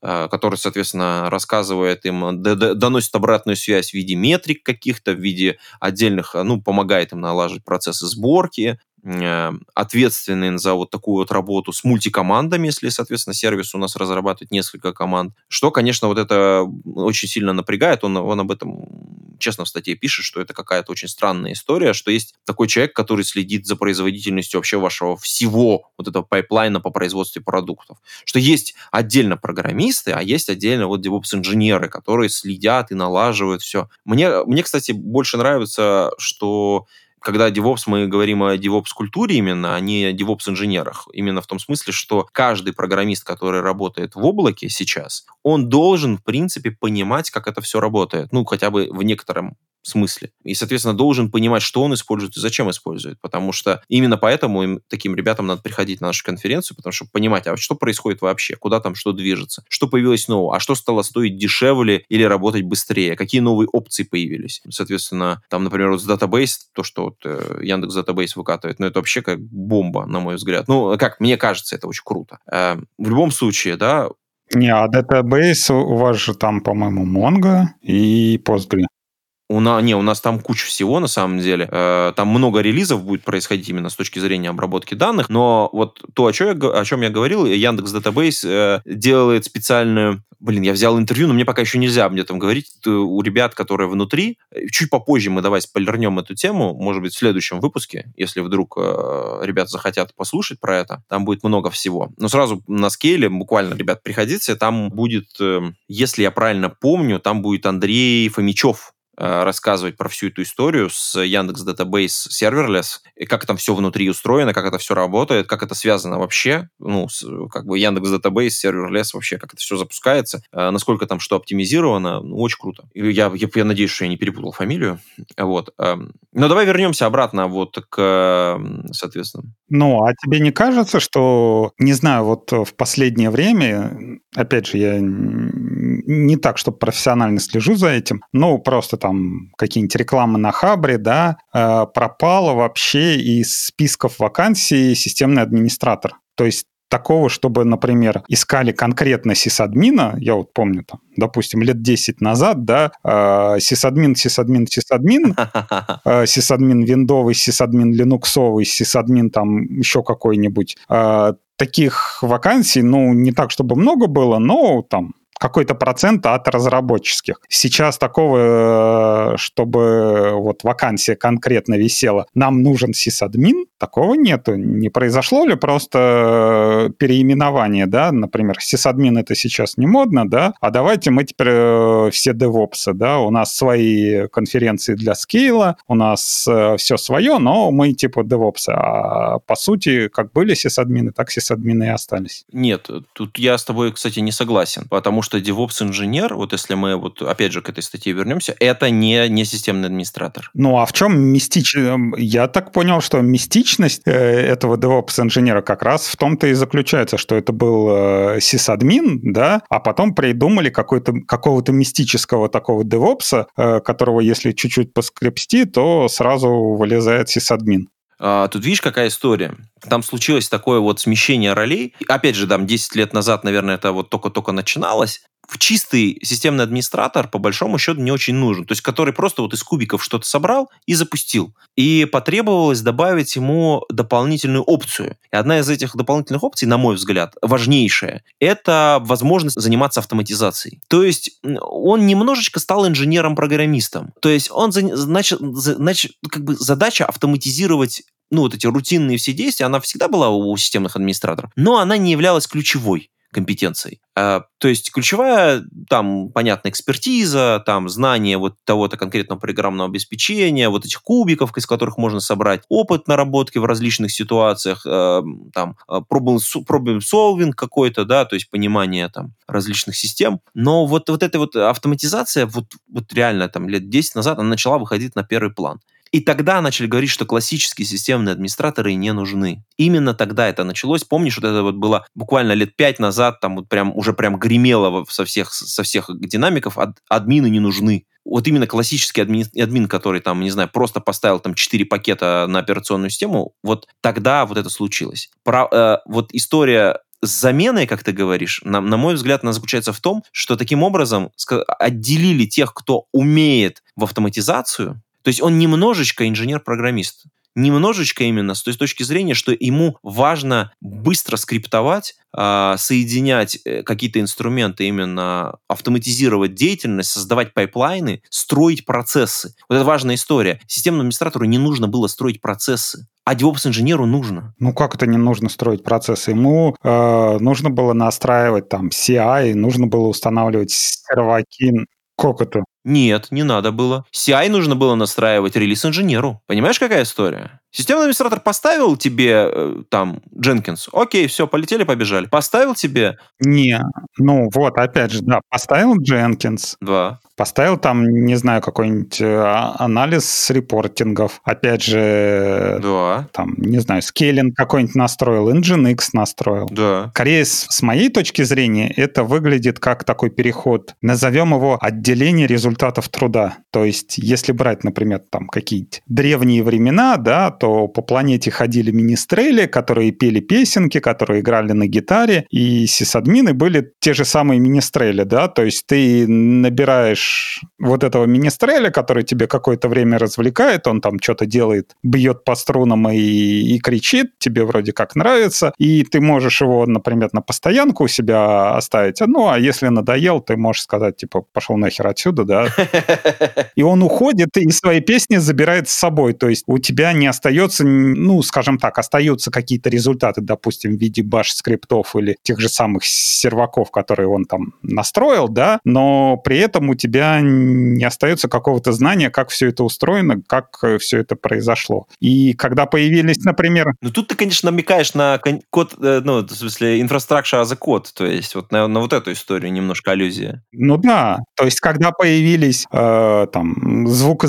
который, соответственно, рассказывает им, доносит обратную связь в виде метрик каких-то, в виде отдельных, ну, помогает им налаживать процессы сборки, ответственный за вот такую вот работу с мультикомандами, если, соответственно, сервис у нас разрабатывает несколько команд, что, конечно, вот это очень сильно напрягает. Он, он об этом честно в статье пишет, что это какая-то очень странная история, что есть такой человек, который следит за производительностью вообще вашего всего вот этого пайплайна по производству продуктов. Что есть отдельно программисты, а есть отдельно вот DevOps-инженеры, которые следят и налаживают все. Мне, мне, кстати, больше нравится, что когда DevOps, мы говорим о DevOps-культуре именно, а не о DevOps-инженерах. Именно в том смысле, что каждый программист, который работает в облаке сейчас, он должен, в принципе, понимать, как это все работает. Ну, хотя бы в некотором смысле. И, соответственно, должен понимать, что он использует и зачем использует. Потому что именно поэтому им, таким ребятам надо приходить на нашу конференцию, потому что понимать, а что происходит вообще, куда там что движется, что появилось нового, а что стало стоить дешевле или работать быстрее, какие новые опции появились. Соответственно, там, например, вот с Database, то, что вот э, Яндекс Database выкатывает, ну, это вообще как бомба, на мой взгляд. Ну, как мне кажется, это очень круто. Э, в любом случае, да. Не, а Database у вас же там, по-моему, Mongo и Postgre. У нас, не, у нас там куча всего, на самом деле. Э, там много релизов будет происходить именно с точки зрения обработки данных, но вот то, о чем я, о чем я говорил, Яндекс Database э, делает специальную... Блин, я взял интервью, но мне пока еще нельзя об этом говорить. Это у ребят, которые внутри. Чуть попозже мы давай спойлернем эту тему, может быть, в следующем выпуске, если вдруг э, ребят захотят послушать про это. Там будет много всего. Но сразу на скейле, буквально, ребят, приходите, там будет, э, если я правильно помню, там будет Андрей Фомичев рассказывать про всю эту историю с Яндекс Database Serverless, и как там все внутри устроено, как это все работает, как это связано вообще, ну, с, как бы Яндекс Database Serverless вообще, как это все запускается, насколько там что оптимизировано, ну, очень круто. Я, я, я надеюсь, что я не перепутал фамилию, вот. Но давай вернемся обратно вот к, соответственно. Ну, а тебе не кажется, что, не знаю, вот в последнее время, опять же, я не так, чтобы профессионально слежу за этим, но просто там какие-нибудь рекламы на Хабре, да, э, пропало вообще из списков вакансий системный администратор. То есть такого, чтобы, например, искали конкретно сисадмина, я вот помню, там, допустим, лет десять назад, да, э, сисадмин, сисадмин, сисадмин, э, сисадмин виндовый, сисадмин линуксовый, сисадмин там еще какой-нибудь. Э, таких вакансий, ну, не так, чтобы много было, но там какой-то процент от разработческих. Сейчас такого, чтобы вот вакансия конкретно висела, нам нужен сисадмин, такого нету. Не произошло ли просто переименование, да, например, сисадмин это сейчас не модно, да, а давайте мы теперь все девопсы, да, у нас свои конференции для скейла, у нас все свое, но мы типа девопсы, а по сути, как были сисадмины, так сисадмины и остались. Нет, тут я с тобой, кстати, не согласен, потому что DevOps-инженер, вот если мы вот опять же к этой статье вернемся, это не, не системный администратор. Ну, а в чем мистичность? Я так понял, что мистичность этого DevOps-инженера как раз в том-то и заключается, что это был сисадмин, да, а потом придумали какой-то, какого-то мистического такого DevOps, которого, если чуть-чуть поскрепсти, то сразу вылезает сисадмин. Тут видишь, какая история. Там случилось такое вот смещение ролей. Опять же, там десять лет назад, наверное, это вот только-только начиналось. В чистый системный администратор, по большому счету, не очень нужен. То есть, который просто вот из кубиков что-то собрал и запустил. И потребовалось добавить ему дополнительную опцию. И одна из этих дополнительных опций, на мой взгляд, важнейшая, это возможность заниматься автоматизацией. То есть, он немножечко стал инженером-программистом. То есть, он значит, значит, как бы задача автоматизировать, ну, вот эти рутинные все действия, она всегда была у системных администраторов, но она не являлась ключевой компетенцией. А, то есть ключевая, там, понятно, экспертиза, там, знание вот того-то конкретного программного обеспечения, вот этих кубиков, из которых можно собрать опыт наработки в различных ситуациях, э, там, проблем-солвинг какой-то, да, то есть понимание там различных систем. Но вот, вот эта вот автоматизация, вот, вот реально там лет десять назад она начала выходить на первый план. И тогда начали говорить, что классические системные администраторы не нужны. Именно тогда это началось. Помнишь, вот это вот было буквально лет пять назад, там вот прям уже прям гремело со всех, со всех динамиков, ад, админы не нужны. Вот именно классический админ, админ, который там, не знаю, просто поставил там четыре пакета на операционную систему, вот тогда вот это случилось. Про, э, вот история с заменой, как ты говоришь, на, на мой взгляд, она заключается в том, что таким образом отделили тех, кто умеет в автоматизацию, то есть он немножечко инженер-программист, немножечко именно с той точки зрения, что ему важно быстро скриптовать, соединять какие-то инструменты, именно автоматизировать деятельность, создавать пайплайны, строить процессы. Вот это важная история. Системному администратору не нужно было строить процессы, а DevOps-инженеру нужно. Ну, как это не нужно строить процессы? Ему э, нужно было настраивать там си ай, нужно было устанавливать серваки. Как это? Нет, не надо было. си ай нужно было настраивать релиз-инженеру. Понимаешь, какая история? Системный администратор поставил тебе э, там Jenkins. Окей, все, полетели, побежали. Поставил тебе... Не, ну вот, опять же, да, поставил Jenkins. Да. Поставил там, не знаю, какой-нибудь анализ репортингов. Опять же, да. там, не знаю, скейлинг какой-нибудь настроил, Nginx настроил. Да. Скорее, с, с моей точки зрения, это выглядит как такой переход. Назовем его отделение результатов труда. То есть, если брать, например, там какие-то древние времена, да, то по планете ходили министрели, которые пели песенки, которые играли на гитаре, и сисадмины были те же самые министрели, да, то есть ты набираешь вот этого министреля, который тебе какое-то время развлекает, он там что-то делает, бьет по струнам и, и кричит, тебе вроде как нравится, и ты можешь его, например, на постоянку у себя оставить, ну, а если надоел, ты можешь сказать, типа, пошел нахер отсюда, да, и он уходит и свои песни забирает с собой, то есть у тебя не остается, ну, скажем так, остаются какие-то результаты, допустим, в виде баш-скриптов или тех же самых серваков, которые он там настроил, да, но при этом у тебя не остается какого-то знания, как все это устроено, как все это произошло. И когда появились, например... Ну, тут ты, конечно, намекаешь на код, ну, в смысле, infrastructure as a code, то есть вот на, на вот эту историю немножко аллюзия. Ну да, то есть когда появились э, там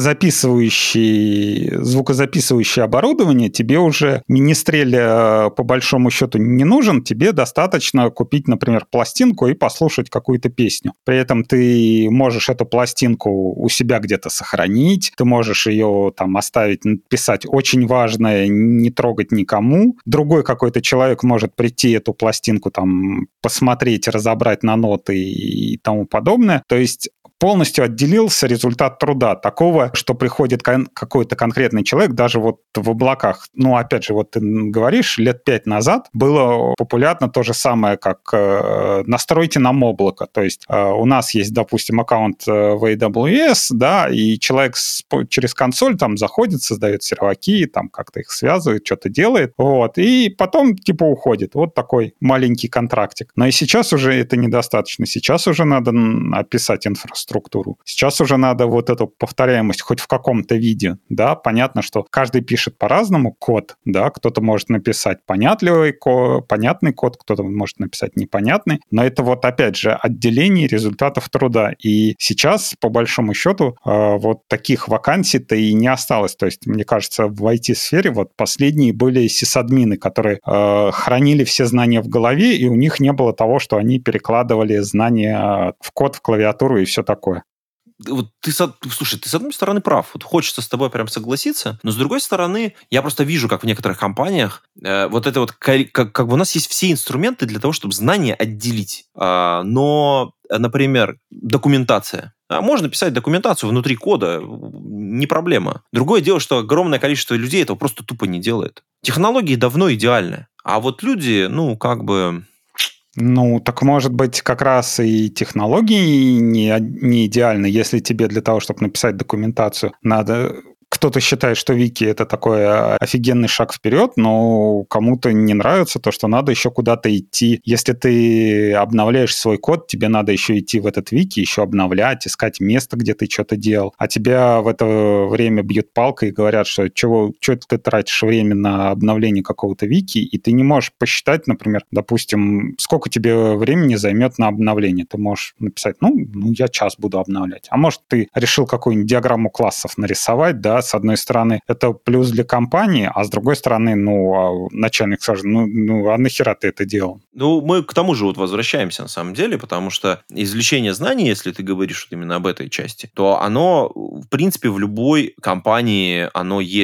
звукозаписывающие, звукозаписывающее оборудование, тебе уже министрель э, по большому счету не нужен, тебе достаточно купить, например, пластинку и послушать какую-то песню. При этом ты можешь эту пластинку у себя где-то сохранить, ты можешь ее там оставить, писать очень важное, не трогать никому. Другой какой-то человек может прийти эту пластинку там посмотреть, разобрать на ноты и тому подобное. То есть полностью отделился результат труда. Такого, что приходит кон- какой-то конкретный человек, даже вот в облаках. Ну, опять же, вот ты говоришь, лет пять назад было популярно то же самое, как э, настройте нам облако. То есть э, у нас есть, допустим, аккаунт в эй дабл ю эс, да, и человек с, через консоль там заходит, создает серваки, там как-то их связывает, что-то делает, вот, и потом типа уходит. Вот такой маленький контрактик. Но и сейчас уже это недостаточно. Сейчас уже надо описать инфраструктуру. Сейчас уже надо вот эту повторяемость хоть в каком-то виде, да, понятно, что каждый пишет по-разному код, да, кто-то может написать понятливый код, понятный код, кто-то может написать непонятный, но это вот опять же отделение результатов труда, и сейчас, по большому счету, вот таких вакансий-то и не осталось, то есть, мне кажется, в ай ти-сфере вот последние были сисадмины, которые хранили все знания в голове, и у них не было того, что они перекладывали знания в код, в клавиатуру и все такое. Вот ты, слушай, ты с одной стороны прав, вот хочется с тобой прям согласиться, но с другой стороны, я просто вижу, как в некоторых компаниях э, вот это вот, как, как бы у нас есть все инструменты для того, чтобы знания отделить, э, но, например, документация. А можно писать документацию внутри кода, не проблема. Другое дело, что огромное количество людей этого просто тупо не делает. Технологии давно идеальны, а вот люди, ну, как бы... Ну, так может быть, как раз и технологии не, не идеальны, если тебе для того, чтобы написать документацию, надо... Кто-то считает, что вики — это такой офигенный шаг вперед, но кому-то не нравится то, что надо еще куда-то идти. Если ты обновляешь свой код, тебе надо еще идти в этот вики, еще обновлять, искать место, где ты что-то делал. А тебя в это время бьют палкой и говорят, что чего, что ты тратишь время на обновление какого-то вики, и ты не можешь посчитать, например, допустим, сколько тебе времени займет на обновление. Ты можешь написать, ну, ну я час буду обновлять. А может, ты решил какую-нибудь диаграмму классов нарисовать, да, с одной стороны, это плюс для компании, а с другой стороны, ну, а начальник скажет, ну, ну, а нахера ты это делал? Ну, мы к тому же вот возвращаемся на самом деле, потому что извлечение знаний, если ты говоришь вот именно об этой части, то оно, в принципе, в любой компании оно есть.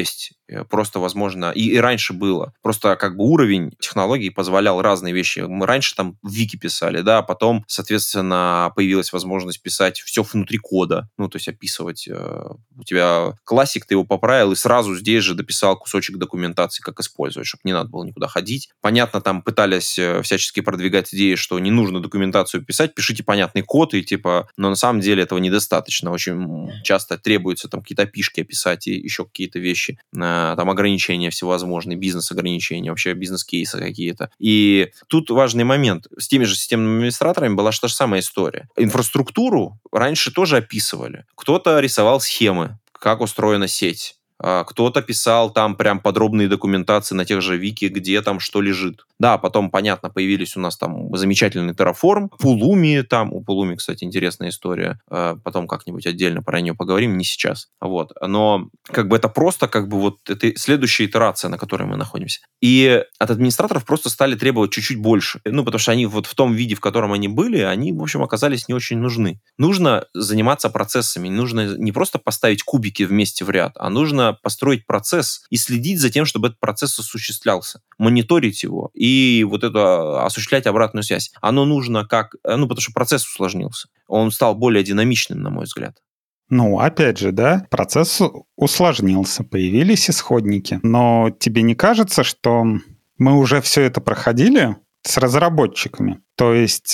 Просто, возможно, и, и раньше было. Просто как бы уровень технологий позволял разные вещи. Мы раньше там в Вики писали, да, потом, соответственно, появилась возможность писать все внутри кода, ну, то есть описывать. Э, у тебя классик, ты его поправил и сразу здесь же дописал кусочек документации, как использовать, чтобы не надо было никуда ходить. Понятно, там пытались всячески продвигать идеи, что не нужно документацию писать, пишите понятный код, и типа, но на самом деле этого недостаточно. Очень часто требуется там какие-то пишки описать и еще какие-то вещи, э, там ограничения всевозможные, бизнес-ограничения, вообще бизнес-кейсы какие-то. И тут важный момент. С теми же системными администраторами была та же самая история. Инфраструктуру раньше тоже описывали. Кто-то рисовал схемы, как устроена сеть. Кто-то писал там прям подробные документации на тех же вики, где там что лежит. Да, потом, понятно, появились у нас там замечательный Terraform, Pulumi там, у Pulumi, кстати, интересная история, потом как-нибудь отдельно про нее поговорим, не сейчас. Вот, но как бы это просто как бы вот это следующая итерация, на которой мы находимся. И от администраторов просто стали требовать чуть-чуть больше, ну, потому что они вот в том виде, в котором они были, они, в общем, оказались не очень нужны. Нужно заниматься процессами, нужно не просто поставить кубики вместе в ряд, а нужно построить процесс и следить за тем, чтобы этот процесс осуществлялся, мониторить его и вот это осуществлять обратную связь. Оно нужно как... Ну, потому что процесс усложнился. Он стал более динамичным, на мой взгляд. Ну, опять же, да, процесс усложнился, появились исходники. Но тебе не кажется, что мы уже все это проходили с разработчиками? То есть...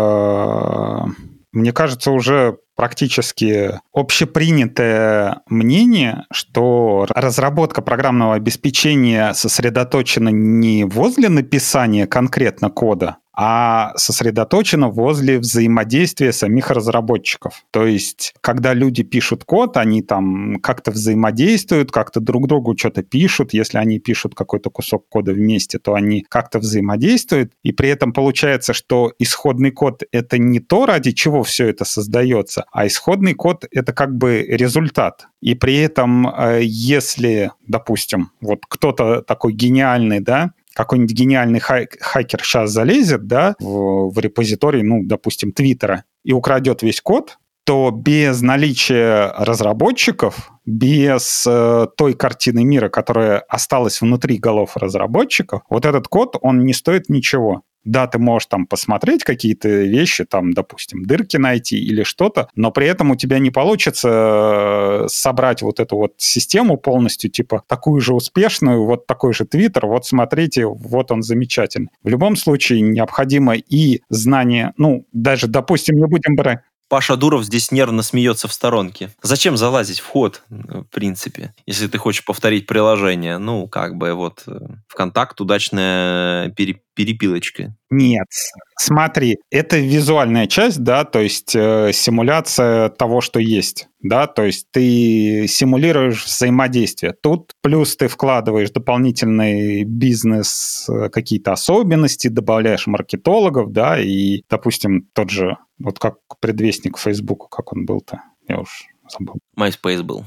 Э- Мне кажется, уже практически общепринятое мнение, что разработка программного обеспечения сосредоточена не возле написания конкретно кода, а сосредоточена возле взаимодействия самих разработчиков. То есть, когда люди пишут код, они там как-то взаимодействуют, как-то друг другу что-то пишут. Если они пишут какой-то кусок кода вместе, то они как-то взаимодействуют. И при этом получается, что исходный код — это не то, ради чего все это создается, а исходный код — это как бы результат. И при этом, если, допустим, вот кто-то такой гениальный, да, какой-нибудь гениальный хай- хакер сейчас залезет, да, в, в репозиторий, ну, допустим, Твиттера, и украдет весь код, то без наличия разработчиков, без э, той картины мира, которая осталась внутри голов разработчиков, вот этот код, он не стоит ничего. Да, ты можешь там посмотреть какие-то вещи, там, допустим, дырки найти или что-то, но при этом у тебя не получится собрать вот эту вот систему полностью, типа, такую же успешную, вот такой же Твиттер, вот смотрите, вот он замечательный. В любом случае необходимо и знание, ну, даже, допустим, не будем брать... Паша Дуров здесь нервно смеется в сторонке. Зачем залазить в код, в принципе, если ты хочешь повторить приложение? Ну, как бы вот ВКонтакт удачная пере- перепилочка. Нет, смотри, это визуальная часть, да, то есть э, симуляция того, что есть, да, то есть ты симулируешь взаимодействие. Тут плюс ты вкладываешь дополнительный бизнес, какие-то особенности, добавляешь маркетологов, да, и, допустим, тот же, вот как предвестник Фейсбука, как он был-то, я уж забыл. MySpace был.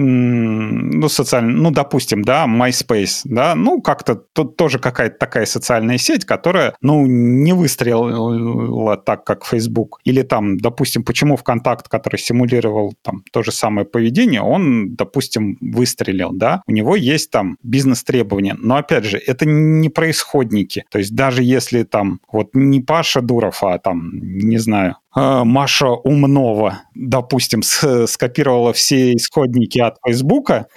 Ну, социальный, ну, допустим, да, MySpace, да, ну, как-то тут тоже какая-то такая социальная сеть, которая, ну, не выстрелила так, как Facebook. Или там, допустим, почему ВКонтакт, который симулировал там то же самое поведение, он, допустим, выстрелил, да, у него есть там бизнес-требования, но, опять же, это не про исходники, то есть даже если там вот не Паша Дуров, а там, не знаю, Маша Умнова, допустим, скопировала все исходники от Фейсбука.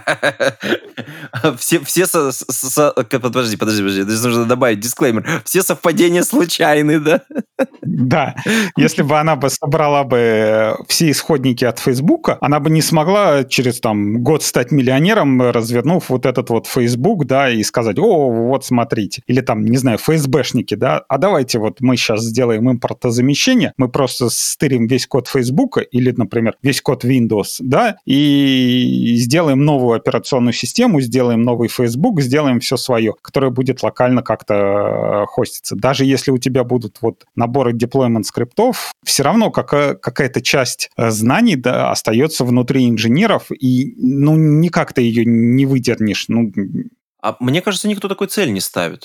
Все, все со, со, подожди, подожди, подожди, здесь нужно добавить дисклеймер. Все совпадения случайны, да? Да. Если бы она бы собрала бы все исходники от Фейсбука, она бы не смогла через там год стать миллионером, развернув вот этот вот Фейсбук, да, и сказать: о, вот смотрите. Или там, не знаю, ФСБшники, да, а давайте вот мы сейчас сделаем импортозамещение, мы просто стырим весь код Фейсбука или, например, весь код Windows, да, и сделаем новую операционную систему, сделаем новый Facebook, сделаем все свое, которое будет локально как-то хоститься. Даже если у тебя будут вот наборы deployment скриптов, все равно какая- какая-то часть знаний, да, остается внутри инженеров, и ну никак ты ее не выдернешь. Ну... А мне кажется, никто такой цель не ставит.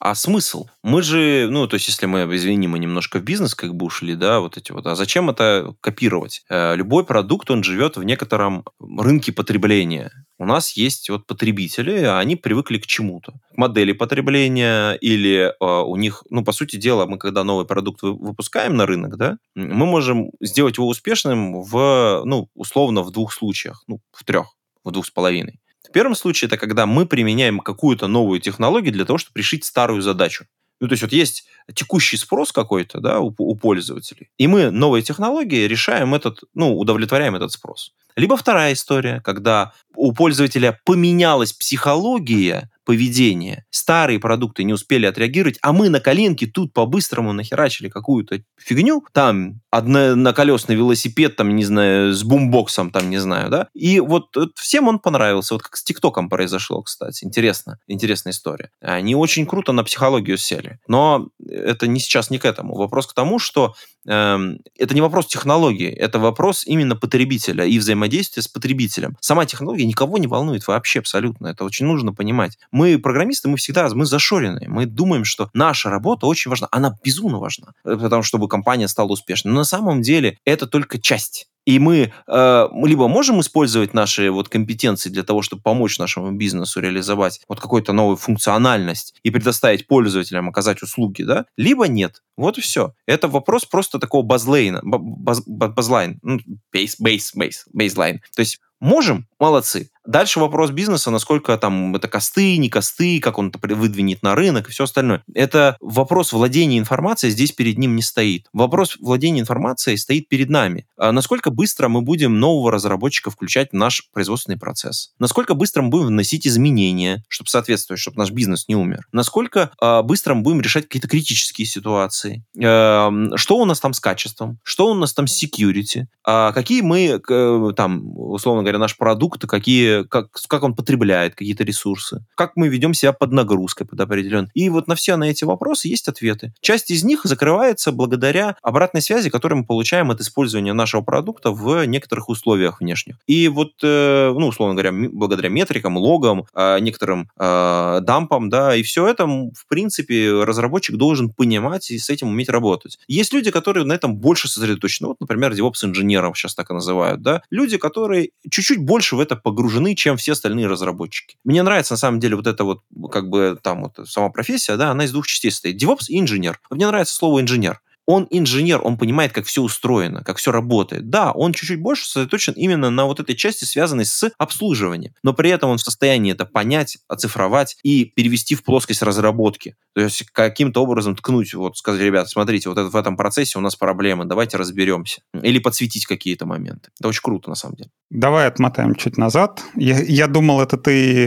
а смысл? Мы же, ну, то есть, если мы, извини, мы немножко в бизнес как бы ушли, да, вот эти вот, а зачем это копировать? Любой продукт, он живет в некотором рынке потребления. У нас есть вот потребители, они привыкли к чему-то. К модели потребления или э, у них, ну, по сути дела, мы когда новый продукт выпускаем на рынок, да, мы можем сделать его успешным в, ну, условно, в двух случаях, ну, в трех, в двух с половиной. В первом случае это когда мы применяем какую-то новую технологию для того, чтобы решить старую задачу. Ну, то есть вот есть текущий спрос какой-то, да, у, у пользователей, и мы новой технологией решаем этот, ну, удовлетворяем этот спрос. Либо вторая история, когда у пользователя поменялась психология поведения, старые продукты не успели отреагировать, а мы на коленке тут по-быстрому нахерачили какую-то фигню, там одноколесный велосипед, там, не знаю, с бумбоксом, там, не знаю, да, и вот всем он понравился, вот как с ТикТоком произошло, кстати, интересно, интересная история. Они очень круто на психологию сели, но это не сейчас, не к этому. Вопрос к тому, что э, это не вопрос технологии, это вопрос именно потребителя и взаимодействия с потребителем. Сама технология никого не волнует вообще абсолютно, это очень нужно понимать. Мы, программисты, мы всегда, мы зашоренные. Мы думаем, что наша работа очень важна. Она безумно важна, потому чтобы компания стала успешной. Но на самом деле это только часть. И мы, э, мы либо можем использовать наши вот компетенции для того, чтобы помочь нашему бизнесу реализовать вот какую-то новую функциональность и предоставить пользователям оказать услуги, да, либо нет. Вот и все. Это вопрос просто такого базлейна, баз, базлайн, ну, бейс, бейс, бейс, бейслайн. То есть можем? Молодцы. Дальше вопрос бизнеса, насколько там это косты, не косты, как он это выдвинет на рынок и все остальное. Это вопрос владения информацией здесь перед ним не стоит. Вопрос владения информацией стоит перед нами. А насколько быстро мы будем нового разработчика включать в наш производственный процесс? Насколько быстро мы будем вносить изменения, чтобы соответствовать, чтобы наш бизнес не умер? Насколько а, быстро мы будем решать какие-то критические ситуации? А, что у нас там с качеством? Что у нас там с security? А, какие мы, там, условно говоря, наш продукт, какие, как, как он потребляет какие-то ресурсы, как мы ведем себя под нагрузкой, под определенной. И вот на все на эти вопросы есть ответы. Часть из них закрывается благодаря обратной связи, которую мы получаем от использования нашего продукта в некоторых условиях внешних. И вот, э, ну, условно говоря, благодаря метрикам, логам, э, некоторым э, дампам, да, и все это, в принципе, разработчик должен понимать и с этим уметь работать. Есть люди, которые на этом больше сосредоточены. Вот, например, DevOps-инженеров сейчас так и называют, да. Люди, которые чуть-чуть больше в это погружены, чем все остальные разработчики. Мне нравится, на самом деле, вот эта вот, как бы, там вот сама профессия, да, она из двух частей состоит. DevOps и инженер. Мне нравится слово инженер. Он инженер, он понимает, как все устроено, как все работает. Да, он чуть-чуть больше сосредоточен именно на вот этой части, связанной с обслуживанием. Но при этом он в состоянии это понять, оцифровать и перевести в плоскость разработки. То есть каким-то образом ткнуть, вот сказать, ребята, смотрите, вот это, в этом процессе у нас проблемы, давайте разберемся. Или подсветить какие-то моменты. Это очень круто, на самом деле. Давай отмотаем чуть назад. Я, я думал, это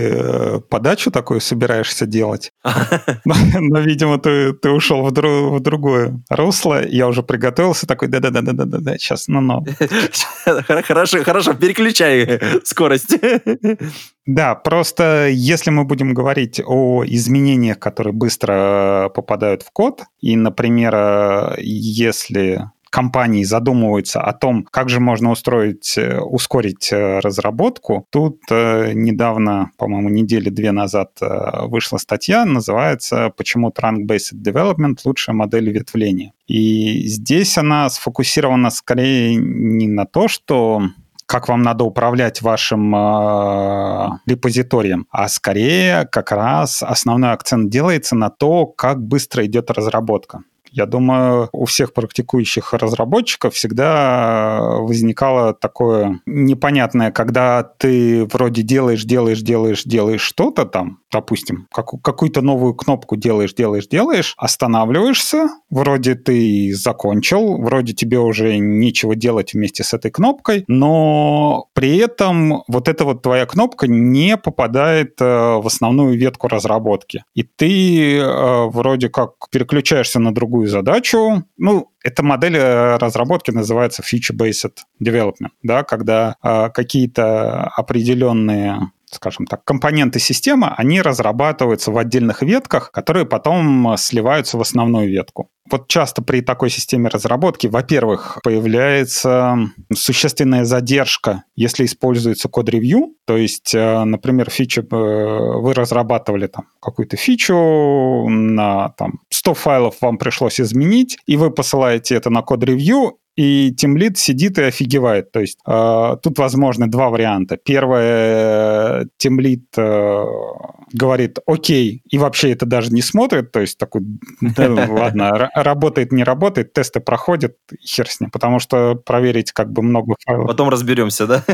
ты подачу такую собираешься делать. Но, видимо, ты ушел в другое русло. Я уже приготовился, такой, да-да-да-да-да-да, сейчас, ну-ну. Хорошо, хорошо, переключай скорость. Да, просто если мы будем говорить о изменениях, которые быстро попадают в код, и, например, если компании задумываются о том, как же можно устроить, ускорить разработку. Тут э, недавно, по-моему, недели две назад э, вышла статья, называется «Почему Trunk-Based Development – лучшая модель ветвления». И здесь она сфокусирована скорее не на то, что как вам надо управлять вашим э, репозиторием, а скорее как раз основной акцент делается на то, как быстро идет разработка. Я думаю, у всех практикующих разработчиков всегда возникало такое непонятное, когда ты вроде делаешь, делаешь, делаешь, делаешь что-то там, допустим, как, какую-то новую кнопку делаешь, делаешь, делаешь, останавливаешься, вроде ты закончил, вроде тебе уже нечего делать вместе с этой кнопкой, но при этом вот эта вот твоя кнопка не попадает в основную ветку разработки. И ты вроде как переключаешься на другую задачу. Ну, эта модель разработки называется feature-based development, да, когда какие-то определенные скажем так, компоненты системы, они разрабатываются в отдельных ветках, которые потом сливаются в основную ветку. Вот часто при такой системе разработки, во-первых, появляется существенная задержка, если используется код-ревью. То есть, например, фича, вы разрабатывали там какую-то фичу, на там, сто файлов вам пришлось изменить, и вы посылаете это на код-ревью, и тимлид сидит и офигевает. То есть э, тут возможны два варианта. Первое, тимлид э, говорит «окей», и вообще это даже не смотрит, то есть такой, да, ладно, работает, не работает, тесты проходят, хер с ним, потому что проверить как бы много файлов. Потом разберемся, да?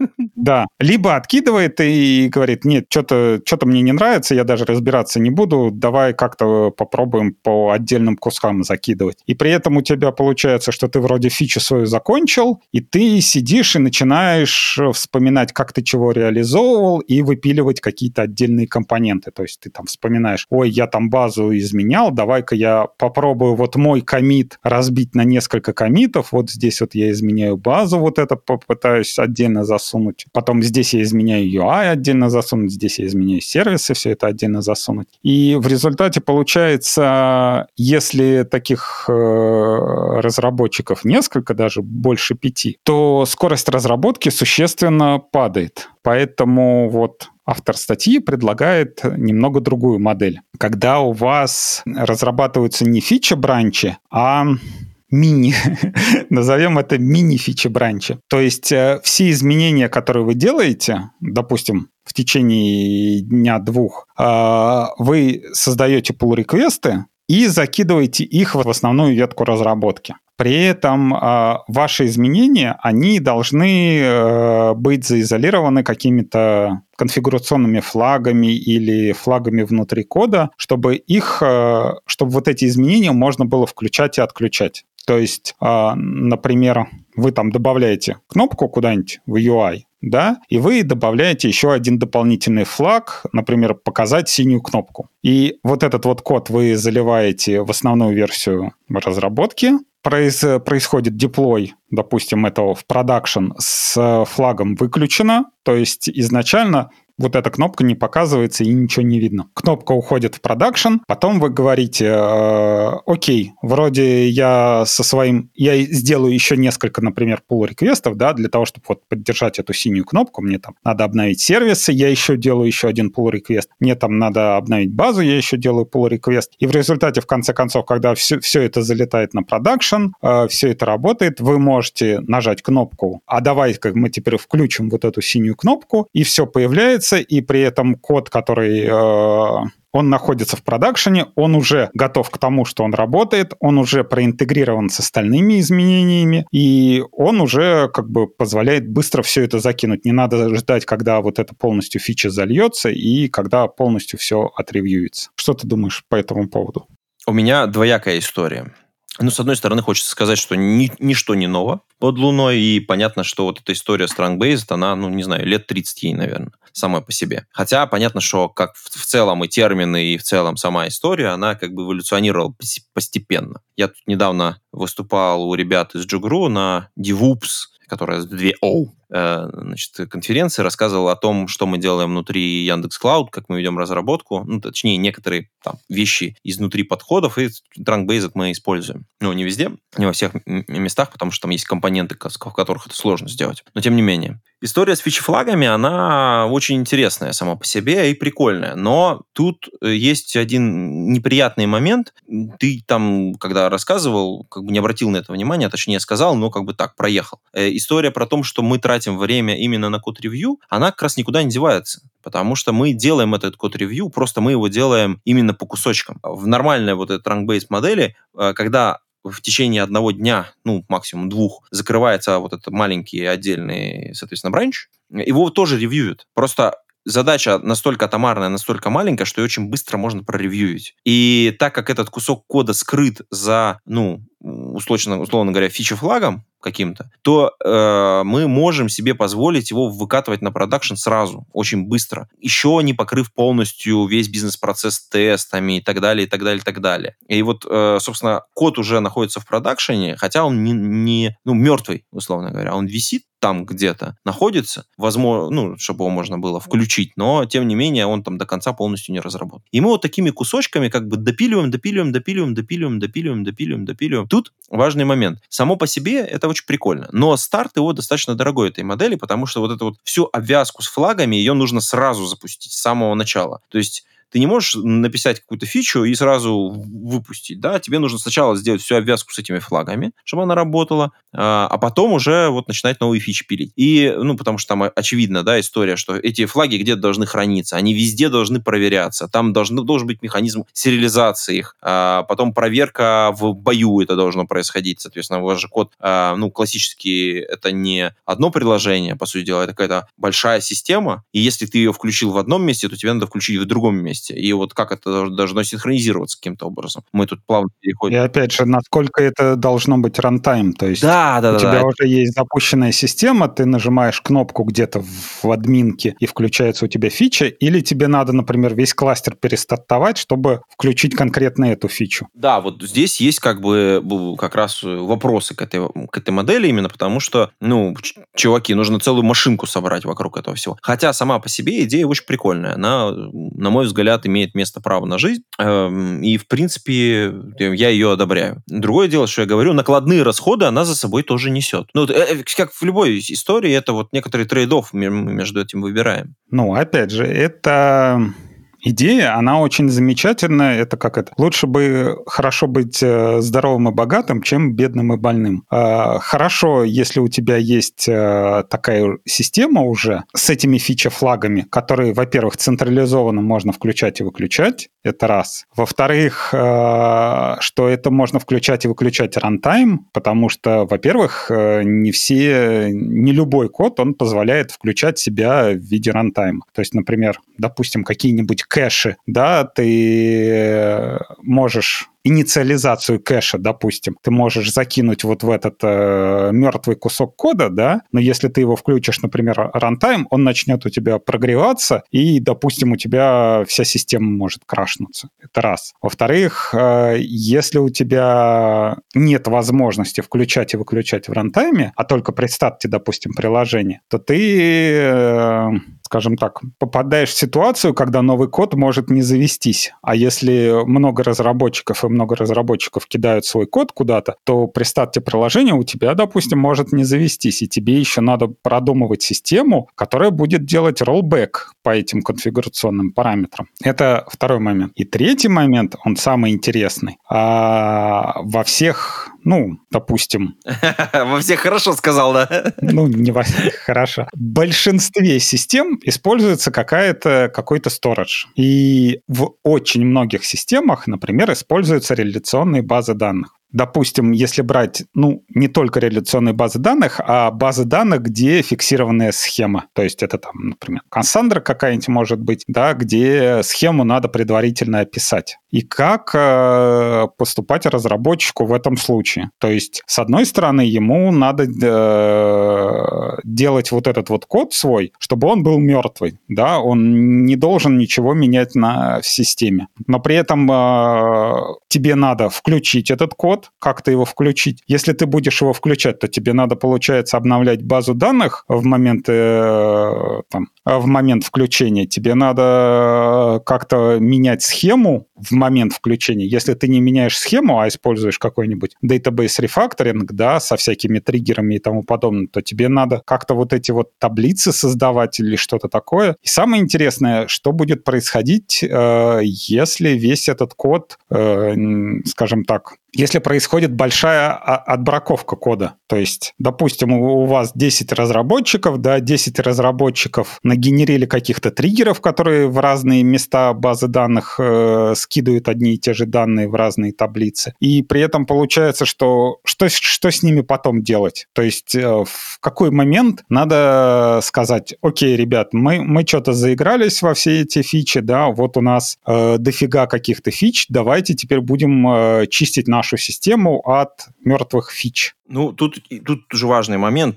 Да. Либо откидывает и говорит, нет, что-то что-то мне не нравится, я даже разбираться не буду, давай как-то попробуем по отдельным кускам закидывать. И при этом у тебя получается, что ты вроде фичу свою закончил, и ты сидишь и начинаешь вспоминать, как ты чего реализовывал, и выпиливать какие-то отдельные компоненты. То есть ты там вспоминаешь, ой, я там базу изменял, давай-ка я попробую вот мой коммит разбить на несколько коммитов, вот здесь вот я изменяю базу, вот это попытаюсь отдельно засунуть. Потом здесь я изменяю ю ай отдельно засунуть, здесь я изменяю сервисы, все это отдельно засунуть. И в результате получается, если таких э, разработчиков несколько, даже больше пяти, то скорость разработки существенно падает. Поэтому вот автор статьи предлагает немного другую модель. Когда у вас разрабатываются не фича-бранчи, а мини, назовем это мини-фичи-бранчи. То есть э, все изменения, которые вы делаете, допустим, в течение дня-двух, э, вы создаете pull-реквесты и закидываете их в основную ветку разработки. При этом э, ваши изменения, они должны э, быть заизолированы какими-то конфигурационными флагами или флагами внутри кода, чтобы их, э, чтобы вот эти изменения можно было включать и отключать. То есть, э, например, вы там добавляете кнопку куда-нибудь в ю ай, да, и вы добавляете еще один дополнительный флаг, например, показать синюю кнопку. И вот этот вот код вы заливаете в основную версию разработки, Произ, происходит деплой, допустим, этого в продакшн с флагом выключено, то есть изначально вот эта кнопка не показывается и ничего не видно. Кнопка уходит в продакшн, потом вы говорите, э, окей, вроде я со своим, я сделаю еще несколько, например, pull-реквестов, да, для того, чтобы вот поддержать эту синюю кнопку, мне там надо обновить сервисы, я еще делаю еще один pull-реквест, мне там надо обновить базу, я еще делаю pull-реквест, и в результате, в конце концов, когда все, все это залетает на продакшн, э, все это работает, вы можете нажать кнопку, а давай-ка мы теперь включим вот эту синюю кнопку, и все появляется, и при этом код, который э, он находится в продакшене, он уже готов к тому, что он работает, он уже проинтегрирован с остальными изменениями, и он уже как бы позволяет быстро все это закинуть. Не надо ждать, когда вот это полностью фича зальется и когда полностью все отревьюется. Что ты думаешь по этому поводу? У меня двоякая история. Ну, с одной стороны, хочется сказать, что ни, ничто не ново под Луной, и понятно, что вот эта история Strong-Based, она, ну, не знаю, лет тридцать ей, наверное, самой по себе. Хотя понятно, что как в, в целом и термины, и в целом сама история, она как бы эволюционировала постепенно. Я тут недавно выступал у ребят из Джугру на DevOps, которая с две О, значит, конференции, рассказывал о том, что мы делаем внутри Яндекс.Клауд, как мы ведем разработку, ну, точнее, некоторые там вещи изнутри подходов, и Strong-Based мы используем. Ну, не везде, не во всех местах, потому что там есть компоненты, в которых это сложно сделать. Но, тем не менее. История с фичи-флагами, она очень интересная сама по себе и прикольная. Но тут есть один неприятный момент. Ты там, когда рассказывал, как бы не обратил на это внимания, точнее сказал, но как бы так, проехал. История про то, что мы тратим время именно на код-ревью, она как раз никуда не девается. Потому что мы делаем этот код-ревью, просто мы его делаем именно по кусочкам. В нормальной вот этой Strong-Based модели, когда в течение одного дня, ну, максимум двух, закрывается вот этот маленький отдельный, соответственно, бранч, его тоже ревьюют. Просто задача настолько атомарная, настолько маленькая, что ее очень быстро можно проревьюить. И так как этот кусок кода скрыт за, ну, условно, условно говоря, фичи-флагом, каким-то, то э, мы можем себе позволить его выкатывать на продакшн сразу, очень быстро, еще не покрыв полностью весь бизнес-процесс тестами и так далее, и так далее, и так далее. И вот, э, собственно, код уже находится в продакшене, хотя он не, не ну, мертвый, условно говоря, он висит там где-то, находится, возможно, ну, чтобы его можно было включить, но, тем не менее, он там до конца полностью не разработан. И мы вот такими кусочками как бы допиливаем, допиливаем, допиливаем, допиливаем, допиливаем, допиливаем, допиливаем. Тут важный момент. Само по себе это очень прикольно, но старт его достаточно дорогой, этой модели, потому что вот эту вот всю обвязку с флагами, ее нужно сразу запустить с самого начала. То есть ты не можешь написать какую-то фичу и сразу выпустить, да, тебе нужно сначала сделать всю обвязку с этими флагами, чтобы она работала, а потом уже вот начинать новые фичи пилить. И, ну, потому что там очевидно, да, история, что эти флаги где-то должны храниться, они везде должны проверяться, там должны, должен быть механизм сериализации их, а потом проверка в бою это должно происходить, соответственно, у вас же код, а, ну, классический, это не одно приложение, по сути дела, это какая-то большая система, и если ты ее включил в одном месте, то тебе надо включить в другом месте. И вот как это должно синхронизироваться каким-то образом. Мы тут плавно переходим. И опять же, насколько это должно быть рантайм, то есть да, да, у да, тебя да. уже есть запущенная система, ты нажимаешь кнопку где-то в админке, и включается у тебя фича, или тебе надо, например, весь кластер перестартовать, чтобы включить конкретно эту фичу? Да, вот здесь есть как бы как раз вопросы к этой, к этой модели именно потому, что, ну, чуваки, нужно целую машинку собрать вокруг этого всего. Хотя сама по себе идея очень прикольная. Она, на мой взгляд, имеет место право на жизнь. И, в принципе, я ее одобряю. Другое дело, что я говорю, накладные расходы она за собой тоже несет. Ну, как в любой истории, это вот некоторый трейд-офф мы между этим выбираем. Ну, опять же, это... Идея, она очень замечательная. Это как это? Лучше бы хорошо быть здоровым и богатым, чем бедным и больным. Хорошо, если у тебя есть такая система уже с этими фича-флагами, которые, во-первых, централизованно можно включать и выключать. Это раз. Во-вторых, что это можно включать и выключать рантайм, потому что, во-первых, не все, не любой код, он позволяет включать себя в виде рантайма. То есть, например, допустим, какие-нибудь кэши, да, ты можешь инициализацию кэша, допустим, ты можешь закинуть вот в этот э, мертвый кусок кода, да, но если ты его включишь, например, рантайм, он начнет у тебя прогреваться, и, допустим, у тебя вся система может крашнуться. Это раз. Во-вторых, э, если у тебя нет возможности включать и выключать в рантайме, а только представьте, допустим, приложение, то ты... Э, скажем так, попадаешь в ситуацию, когда новый код может не завестись. А если много разработчиков и много разработчиков кидают свой код куда-то, то при старте приложения у тебя, допустим, может не завестись, и тебе еще надо продумывать систему, которая будет делать роллбэк по этим конфигурационным параметрам. Это второй момент. И третий момент, он самый интересный. А во всех, ну, допустим... Во всех хорошо сказал, да? Ну, не во всех, хорошо. В большинстве систем используется какая-то, какой-то storage. И в очень многих системах, например, используются реляционные базы данных. Допустим, если брать, ну, не только реляционные базы данных, а базы данных, где фиксированная схема. То есть это там, например, Cassandra какая-нибудь может быть, да, где схему надо предварительно описать. И как э, поступать разработчику в этом случае? То есть, с одной стороны, ему надо э, делать вот этот вот код свой, чтобы он был мертвый, да, он не должен ничего менять на, в системе. Но при этом э, тебе надо включить этот код, как-то его включить. Если ты будешь его включать, то тебе надо, получается, обновлять базу данных в момент, э, там, в момент включения. Тебе надо как-то менять схему в момент включения. Если ты не меняешь схему, а используешь какой-нибудь database refactoring, да, со всякими триггерами и тому подобное, то тебе надо как-то вот эти вот таблицы создавать или что-то такое. И самое интересное, что будет происходить, э, если весь этот код, э, скажем так, если происходит большая отбраковка кода. То есть, допустим, у вас десять разработчиков, да, десять разработчиков нагенерили каких-то триггеров, которые в разные места базы данных э, скидывают одни и те же данные в разные таблицы. И при этом получается, что что, что с ними потом делать? То есть, э, в какой момент надо сказать: окей, ребят, мы, мы что-то заигрались во все эти фичи, да, вот у нас э, дофига каких-то фич, давайте теперь будем э, чистить нашу систему от мертвых фич. Ну, тут, тут уже важный момент.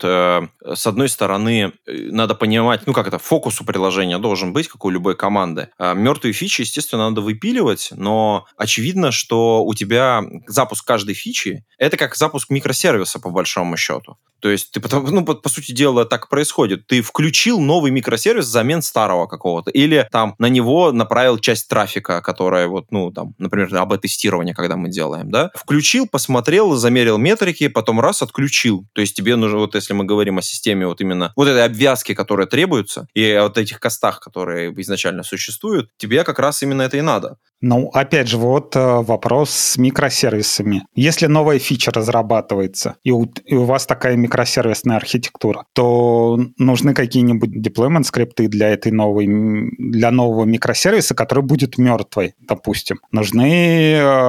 С одной стороны, надо понимать, ну, как это, фокус у приложения должен быть, как у любой команды. Мертвые фичи, естественно, надо выпиливать, но очевидно, что у тебя запуск каждой фичи – это как запуск микросервиса, по большому счету. То есть, ты, ну, по, по сути дела, так происходит. Ты включил новый микросервис взамен старого какого-то, или там на него направил часть трафика, которая, вот, ну, там, например, эй би тестирование, когда мы делаем, да? Включил, посмотрел, замерил метрики, потом раз отключил. То есть тебе нужно, вот если мы говорим о системе вот именно вот этой обвязки, которая требуется, и о вот этих костах, которые изначально существуют, тебе как раз именно это и надо. Ну, опять же, вот вопрос с микросервисами. Если новая фича разрабатывается, и у, и у вас такая микросервисная архитектура, то нужны какие-нибудь deployment скрипты для этой новой, для нового микросервиса, который будет мертвый, допустим. Нужны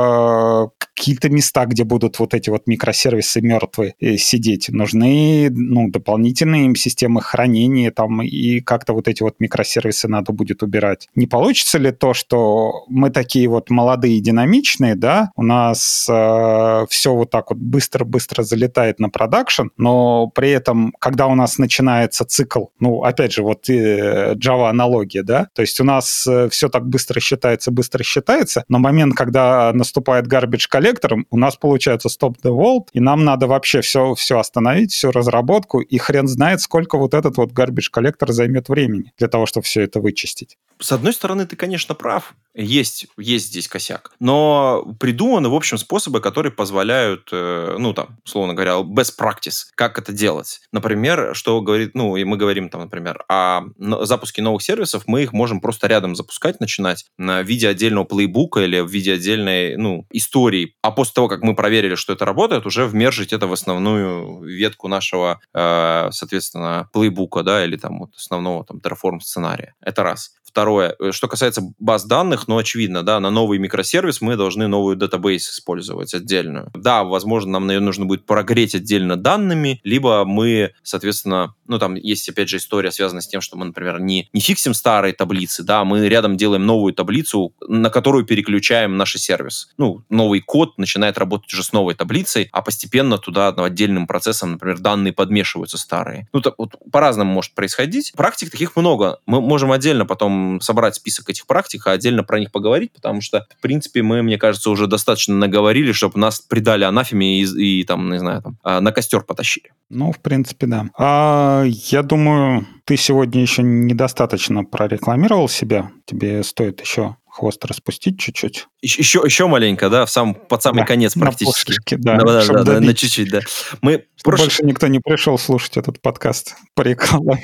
э, какие-то места, где будут вот эти вот микросервисы мертвые э, сидеть. Нужны, ну, дополнительные им системы хранения там, и как-то вот эти вот микросервисы надо будет убирать. Не получится ли то, что мы такие вот молодые, динамичные, да, у нас э, все вот так вот быстро-быстро залетает на продакшн, но при этом, когда у нас начинается цикл, ну, опять же, вот э, Java-аналогия, да, то есть у нас э, все так быстро считается, быстро считается, но момент, когда наступает garbage collector, у нас получается stop the world, и нам надо вообще все, все остановить, всю разработку, и хрен знает, сколько вот этот вот garbage collector займет времени для того, чтобы все это вычистить. С одной стороны, ты, конечно, прав. Есть, есть здесь косяк. Но придуманы, в общем, способы, которые позволяют, э, ну, там, условно говоря, best practice, как это делать. Например, что говорит, ну, и мы говорим, там, например, о запуске новых сервисов, мы их можем просто рядом запускать, начинать в виде отдельного плейбука или в виде отдельной, ну, истории. А после того, как мы проверили, что это работает, уже вмержить это в основную ветку нашего, э, соответственно, плейбука, да, или там вот основного там Terraform сценария. Это раз. Второе, что касается баз данных, ну, очевидно, да, на новый микросервис мы должны новую датабейс использовать отдельную. Да, возможно, нам ее нужно будет прогреть отдельно данными, либо мы, соответственно, ну, там есть, опять же, история, связанная с тем, что мы, например, не, не фиксим старые таблицы, да, мы рядом делаем новую таблицу, на которую переключаем наш сервис. Ну, новый код начинает работать уже с новой таблицей, а постепенно туда ну, отдельным процессом, например, данные подмешиваются старые. Ну, так, вот, по-разному может происходить. Практик таких много. Мы можем отдельно потом собрать список этих практик, а отдельно про них поговорить, потому что, в принципе, мы, мне кажется, уже достаточно наговорили, чтобы нас предали анафеме и, и там, не знаю, там, на костер потащили. Ну, в принципе, да. А, я думаю, ты сегодня еще недостаточно прорекламировал себя. Тебе стоит еще хвост распустить чуть-чуть. Еще, еще маленько, да, в сам, под самый да, конец практически. На полшишки, да, да, да, да, на чуть-чуть, да. Мы прош... Больше никто не пришел слушать этот подкаст по рекламе.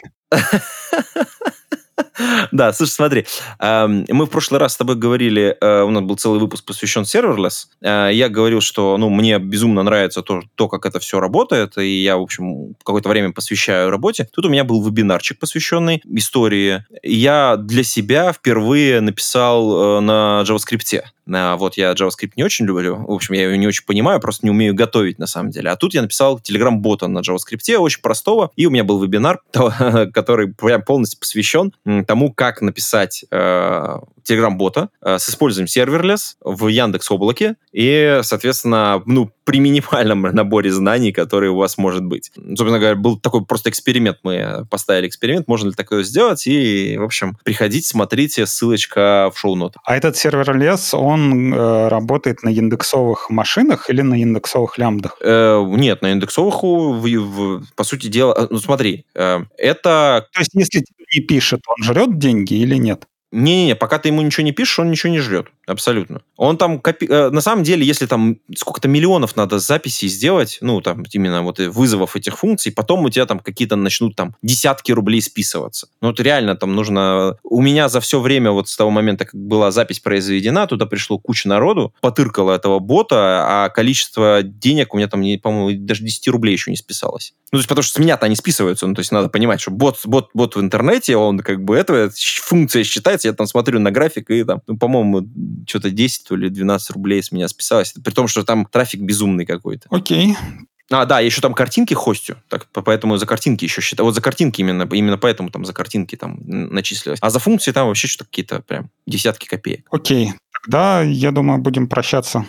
Да, слушай, смотри, мы в прошлый раз с тобой говорили, у нас был целый выпуск посвящен serverless. Я говорил, что ну, мне безумно нравится то, то, как это все работает, и я, в общем, какое-то время посвящаю работе. Тут у меня был вебинарчик, посвященный истории. Я для себя впервые написал на JavaScript. Вот я JavaScript не очень люблю, в общем, я ее не очень понимаю, просто не умею готовить на самом деле. А тут я написал Telegram-бота на JavaScript, очень простого, и у меня был вебинар, который прям полностью посвящен тому, как написать э, Telegram-бота э, с использованием serverless в Яндекс.Облаке и, соответственно, ну, при минимальном наборе знаний, которые у вас может быть. Собственно говоря, был такой просто эксперимент, мы поставили эксперимент, можно ли такое сделать, и, в общем, приходите, смотрите, ссылочка в шоу-нотах. А этот серверлесс, он э, работает на индексовых машинах или на индексовых лямбдах? Э, нет, на индексовых, в, в, по сути дела, ну смотри, э, это... То есть, если тебе не пишет, он жрет деньги или нет? Не-не-не, пока ты ему ничего не пишешь, он ничего не жрет. Абсолютно. Он там, копи... на самом деле, если там сколько-то миллионов надо записей сделать, ну, там, именно вот вызовов этих функций, потом у тебя там какие-то начнут там десятки рублей списываться. Ну, вот реально там нужно... У меня за все время вот с того момента, как была запись произведена, туда пришло куча народу, потыркало этого бота, а количество денег у меня там, по-моему, даже десять рублей еще не списалось. Ну, то есть, потому что с меня-то они списываются. Ну, то есть, надо понимать, что бот, бот, бот в интернете, он как бы это, функция считается, я там смотрю на график, и там, ну, по-моему, что-то десять или двенадцать рублей с меня списалось. При том, что там трафик безумный какой-то. Окей. А, да, я еще там картинки хостю, так, поэтому за картинки еще считаю. Вот за картинки именно, именно поэтому там за картинки там начислилось. А за функции там вообще что-то какие-то прям десятки копеек. Окей. Тогда, я думаю, будем прощаться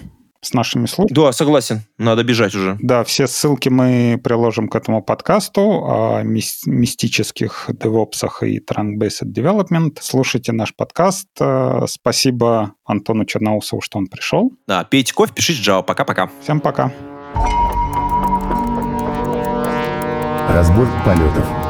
с нашими слушателями. Да, согласен. Надо бежать уже. Да, все ссылки мы приложим к этому подкасту о мистических девопсах и trunk-based development. Слушайте наш подкаст. Спасибо Антону Черноусову, что он пришел. Да, пейте кофе, пишите Java. Пока-пока. Всем пока. Разбор полетов.